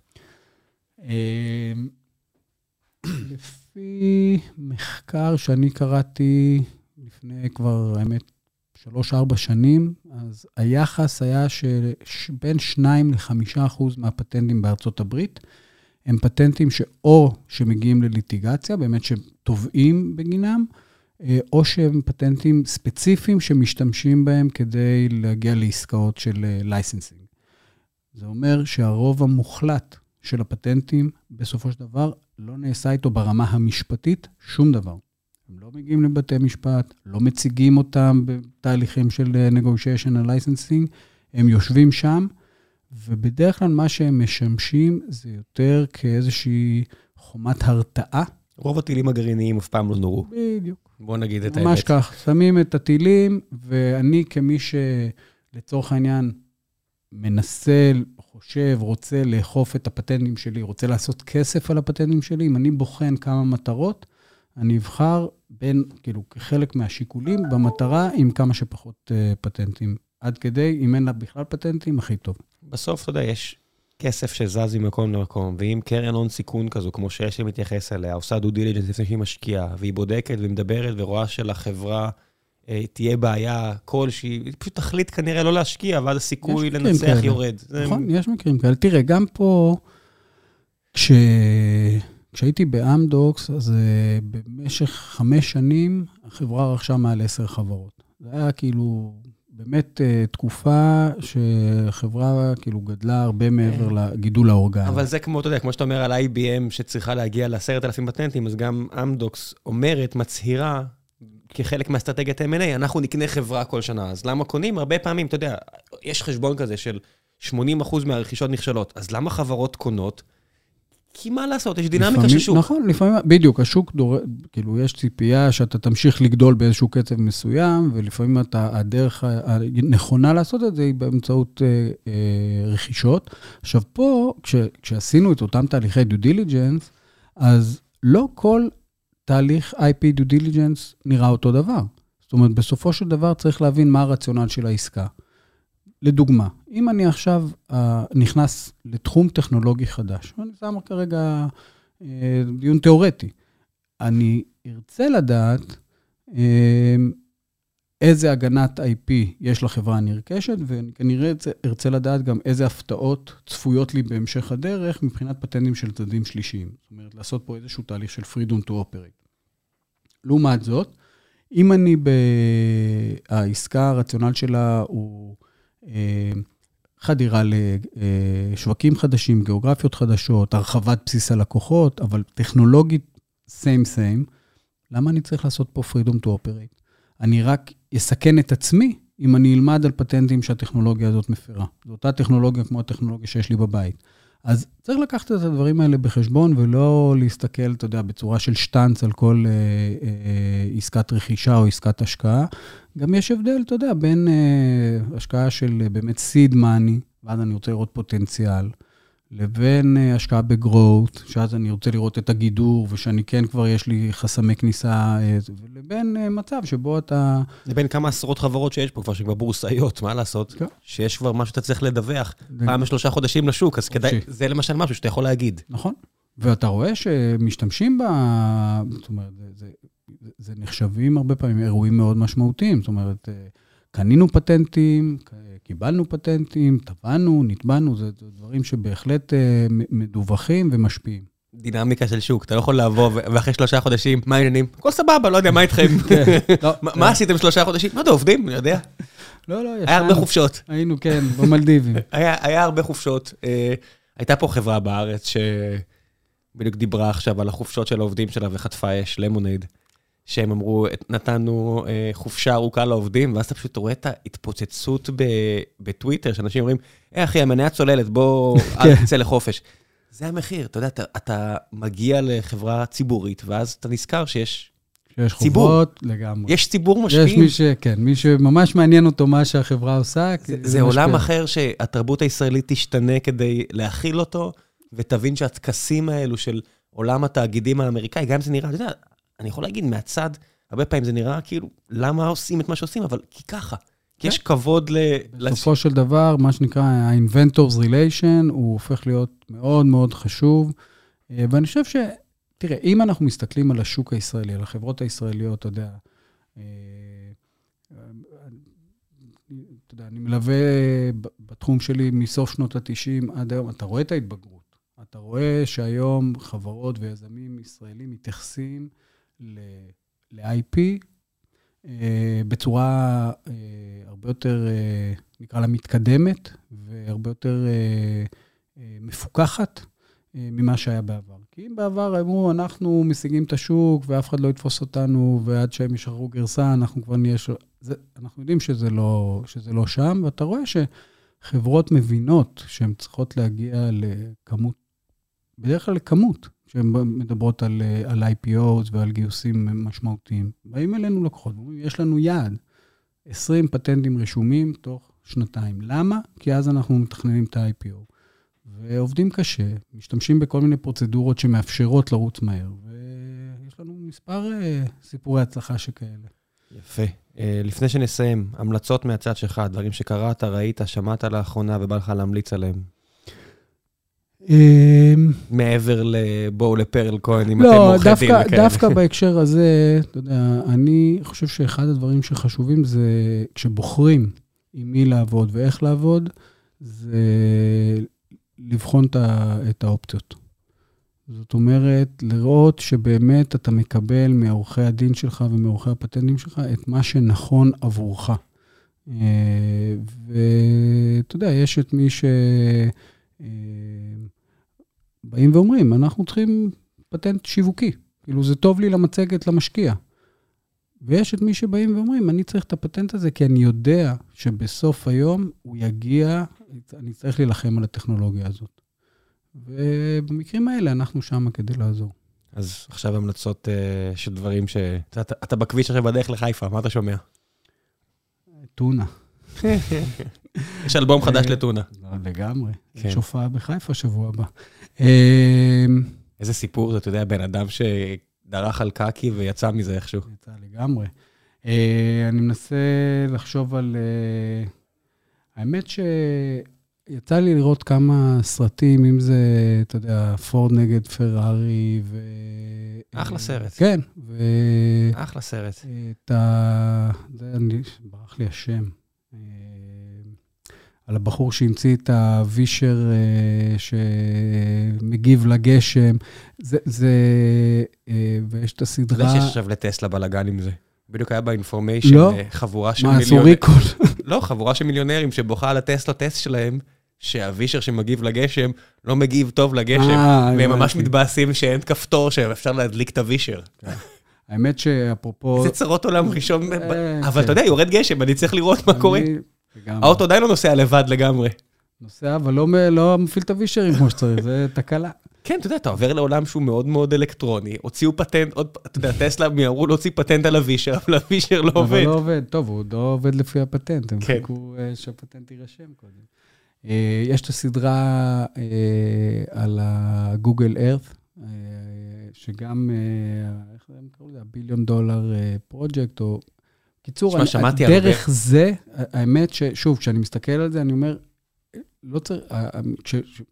לפי מחקר שאני קראתי לפני כבר, האמת, 3-4 שנים, אז היחס היה שבין 2-5% מהפטנטים בארצות הברית, הם פטנטים שאו שמגיעים לליטיגציה, באמת שתובעים בגינם, או שהם פטנטים ספציפיים שמשתמשים בהם כדי להגיע לעסקאות של לייסנסינג. זה אומר שהרוב המוחלט של הפטנטים, בסופו של דבר, לא נעשה איתו ברמה המשפטית שום דבר. הם לא מגיעים לבתי משפט, לא מציגים אותם בתהליכים של negotiation and licensing, הם יושבים שם, ובדרך כלל מה שהם משמשים זה יותר כאיזושהי חומת הרתעה. רוב הטילים הגרעיניים אף פעם לא נורו. בדיוק. בוא נגיד את האמת. ממש כך, שמים את הטילים, ואני כמי שלצורך העניין מנסה, חושב, רוצה לאכוף את הפטנטים שלי, רוצה לעשות כסף על הפטנטים שלי, אם אני בוחן כמה מטרות, אני אבחר בין, כאילו, כחלק מהשיקולים, במטרה עם כמה שפחות פטנטים. עד כדי, אם אין לה בכלל פטנטים, הכי טוב. בסוף, אתה יודע, יש כסף שזז ממקום למקום, ואם קרן הון סיכון כזו, כמו שיש לי מתייחס אליה, עושה דו דיליג'נס לפני שהיא משקיעה, והיא בודקת ומדברת ורואה שלחברה תהיה בעיה כלשהי, פשוט תחליט כנראה לא להשקיע, ואז הסיכוי לנצח יורד. נכון, יש מקרים כאלה. תראה, גם פה, כשהייתי באמדוקס, אז במשך 5 שנים, החברה רכשה מעל 10 חברות. זה היה כאילו באמת תקופה שחברה כאילו גדלה הרבה מעבר לגידול האורגני. אבל זה כמו, אתה יודע, כמו שאתה אומר על IBM שצריכה להגיע ל10,000 פטנטים, אז גם אמדוקס אומרת, מצהירה, כחלק מהאסטרטגיית M&A, אנחנו נקנה חברה כל שנה. אז למה קונים? הרבה פעמים, אתה יודע, יש חשבון כזה של 80% מהרכישות נכשלות. אז למה חברות קונות? כי מה לעשות? יש דינמיקה של שוק. נכון, לפעמים, בדיוק, השוק, כאילו, יש ציפייה שאתה תמשיך לגדול באיזשהו קצב מסוים, ולפעמים הדרך הנכונה לעשות את זה היא באמצעות רכישות. עכשיו, פה, כשעשינו את אותם תהליכי due diligence, אז לא כל תהליך IP due diligence נראה אותו דבר. זאת אומרת, בסופו של דבר צריך להבין מה הרציונל של העסקה. לדוגמה, אם אני עכשיו נכנס לתחום טכנולוגי חדש, ואני שם כרגע דיון תיאורטי, אני ארצה לדעת איזה הגנת IP יש לחברה הנרכשת, ואני כנראה ארצה לדעת גם איזה הפתעות צפויות לי בהמשך הדרך, מבחינת פטנטים של צדדים שלישיים. זאת אומרת, לעשות פה איזשהו תהליך של freedom to operate. לעומת זאת, אם אני העסקה, הרציונל שלה הוא חדירה לשווקים חדשים, גיאוגרפיות חדשות, הרחבת בסיס הלקוחות, אבל טכנולוגית same, למה אני צריך לעשות פה freedom to operate? אני רק אסכן את עצמי אם אני אלמד על פטנטים שהטכנולוגיה הזאת מפרה. זו אותה טכנולוגיה כמו הטכנולוגיה שיש לי בבית. אז צריך לקחת את הדברים האלה בחשבון, ולא להסתכל, אתה יודע, בצורה של שטנץ על כל עסקת רכישה או עסקת השקעה. גם יש הבדל, אתה יודע, בין השקעה של באמת seed money, ואז אני רוצה לראות פוטנציאל, לבין השקעה בגרואות, שאז אני רוצה לראות את הגידור, ושאני כן כבר יש לי חסמי כניסה, ולבין מצב שבו אתה... לבין כמה עשרות חברות שיש פה כבר שכבר בורסאיות, מה לעשות? שיש כבר משהו שאתה צריך לדווח, פעם 3 חודשים לשוק, אז כדאי, זה למשל משהו שאתה יכול להגיד. נכון, ואתה רואה שמשתמשים זאת אומרת, זה נחשבים הרבה פעמים אירועים מאוד משמעותיים, זאת אומרת, קנינו פטנטים, קיבלנו פטנטים, טבענו, נטבענו, זה דברים שבהחלט מדווחים ומשפיעים. דינמיקה של שוק, אתה לא יכול לעבור, ואחרי 3 חודשים, מה העניינים? הכל סבבה, לא יודע, מה איתכם? מה עשיתם 3 חודשים? מה, עובדים? אני יודע. לא, היה הרבה חופשות. היינו, כן, במלדיבים. היה הרבה חופשות. הייתה פה חברה בארץ שבדיוק דיברה עכשיו על החופשות של העובדים שלה וחטפה אש, למונייד, שהם אמרו, נתנו חופשה ארוכה לעובדים, ואז אתה פשוט רואה את ההתפוצצות בטוויטר, שאנשים אומרים, אחי, המניה צוללת, בוא, אל תצא לחופש. זה המחיר, אתה יודע, אתה מגיע לחברה ציבורית, ואז אתה נזכר שיש ציבור. חובות לגמרי. יש ציבור משפיעים. יש מי שממש מעניין אותו מה שהחברה עושה. זה עולם אחר שהתרבות הישראלית תשתנה כדי להכיל אותו, ותבין שהטקסים האלו של עולם התאגידים האמריקאי, גם זה נראה, אתה יודע, אני יכול להגיד מהצד, הרבה פעמים זה נראה כאילו, למה עושים את מה שעושים, אבל כי ככה. כי יש כבוד בסופו של דבר, מה שנקרא ה-Inventors Relation, הוא הופך להיות מאוד מאוד חשוב, ואני חושב תראה, אם אנחנו מסתכלים על השוק הישראלי, על החברות הישראליות, אתה יודע, אני מלווה בתחום שלי מסוף שנות ה-90 עד היום, אתה רואה את ההתבגרות. אתה רואה שהיום חברות ויזמים ישראלים מתייחסים ל-IP בצורה הרבה יותר, נקרא לה מתקדמת, והרבה יותר מפוקחת ממה שהיה בעבר. כי אם בעבר אמרו, אנחנו משיגים את השוק, ואף אחד לא יתפוס אותנו, ועד שהם ישחררו גרסה, אנחנו כבר נהיה אנחנו יודעים שזה לא שם, ואתה רואה שחברות מבינות שהן צריכות להגיע לכמות, בדרך כלל לכמות, שהן מדברות על IPOs ועל גיוסים משמעותיים. באים אלינו לקוחות, יש לנו יעד, 20 פטנטים רשומים תוך 2 למה? כי אז אנחנו מתכננים את ה-IPO. ועובדים קשה, משתמשים בכל מיני פרוצדורות שמאפשרות לרוץ מהר, ויש לנו מספר סיפורי הצלחה שכאלה. יפה. לפני שנסיים, המלצות מהצד שלך, דברים שקראת, ראית, שמעת לאחרונה ובא לך להמליץ עליהם. מעבר לבואו לפרל כהן, אם אתם עורכי דין וכאלה. דווקא בהקשר הזה, אתה יודע, אני חושב שאחד הדברים שחשובים זה, כשבוחרים עם מי לעבוד ואיך לעבוד, זה לבחון את האופציות. זאת אומרת, לראות שבאמת אתה מקבל מעורכי הדין שלך ומעורכי הפטנטים שלך את מה שנכון עבורך. ואתה יודע, יש את מי באים ואומרים, אנחנו צריכים פטנט שיווקי. כאילו, זה טוב לי למצגת למשקיע. ויש את מי שבאים ואומרים, אני צריך את הפטנט הזה, כי אני יודע שבסוף היום הוא יגיע, אני צריך להילחם על הטכנולוגיה הזאת. ובמקרים האלה אנחנו שם כדי לעזור. אז עכשיו המלצות של דברים אתה בכביש עכשיו בדרך לחיפה, מה אתה שומע? טונה. יש אלבום חדש לטונה. לגמרי. יש הופעה בחיפה שבוע הבא. איזה סיפור זה, אתה יודע, בן אדם שדרך על קקי ויצא מזה איכשהו. יצא לגמרי. אני מנסה לחשוב על... האמת שיצא לי לראות כמה סרטים, אם זה, אתה יודע, פורד נגד פרארי ו... אחלה סרט. כן. אחלה סרט. ברח לי השם. על הבחור שהמציא את הווישר שמגיב לגשם. ויש את הסדרה... אתה יודע שיש עכשיו לטסלה בלגן עם זה. בדיוק היה באינפורמיישן, חבורה של מיליונרים. מה, עשו ריקול? לא, חבורה של מיליונרים שבוכה על הטסלה טסט שלהם, שהווישר שמגיב לגשם לא מגיב טוב לגשם, והם ממש מתבאסים שאין כפתור שאפשר להדליק את הווישר. האמת שאפרופו... זה צרות עולם ראשון, אבל אתה יודע, יורד גשם, אני צריך לראות מה קורה. האוטו עדיין לא נוסע לבד לגמרי. נוסע, אבל לא מפעיל את הווישרים כמו שצריך, זה תקלה. כן, אתה יודע, אתה עובר לעולם שהוא מאוד מאוד אלקטרוני, הוציאו פטנט, אתה יודע, טסלה אמרו להוציא פטנט על הווישר, אבל הווישר לא עובד. אבל לא עובד, טוב, הוא לא עובד לפי הפטנט, הם חכו שהפטנט יירשם קודם. יש את הסדרה על הגוגל ארת, שגם, איך הם קראו לזה? $1 ביליון פרויקט, או... קיצור, דרך זה, האמת ששוב, כשאני מסתכל על זה, אני אומר, לא צריך,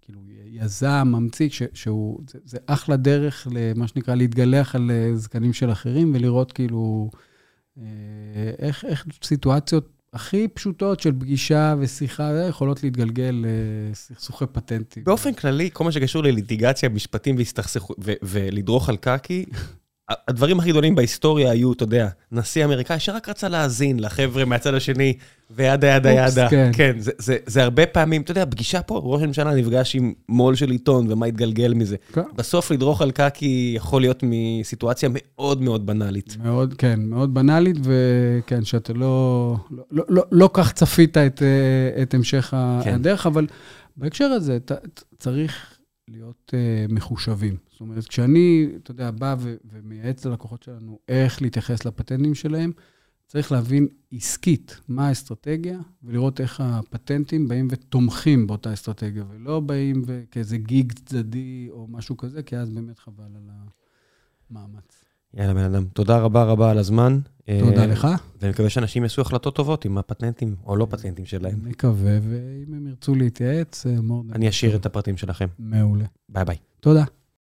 כאילו יזם, ממציא, זה אחלה דרך למה שנקרא להתגלח על זקנים של אחרים, ולראות כאילו איך סיטואציות הכי פשוטות של פגישה ושיחה, יכולות להתגלגל לסכסוכי פטנטים. באופן כללי, כל מה שקשור לליטיגציה, משפטים ולדרוך על קקי, הדברים הכי גדולים בהיסטוריה היו, אתה יודע, נשיא אמריקאי שרק רצה להאזין לחבר'ה מהצד השני, וידה ידה ידה. כן, זה הרבה פעמים, אתה יודע, פגישה פה, ראש הממשלה נפגש עם מול של עיתון, ומה התגלגל מזה. בסוף לדרוך על קקי יכול להיות מסיטואציה מאוד מאוד בנאלית. מאוד, כן, מאוד בנאלית, וכן, שאתה לא כך צפית את המשך הדרך, אבל בהקשר הזה, צריך להיות מחושבים. זאת אומרת, כשאני, אתה יודע, בא ומייעץ ללקוחות שלנו איך להתייחס לפטנטים שלהם, צריך להבין עסקית מה האסטרטגיה, ולראות איך הפטנטים באים ותומכים באותה אסטרטגיה, ולא באים כאיזה גיג צדדי או משהו כזה, כי אז באמת חבל על המאמץ. יאללה, בן אדם. תודה רבה רבה על הזמן. תודה לך. ואני מקווה שאנשים יעשו החלטות טובות עם הפטנטים או לא פטנטים שלהם. מקווה, ואם הם ירצו להתייעץ, אני אשאיר את הפרטים שלכם. מעולה. ביי ביי. תודה.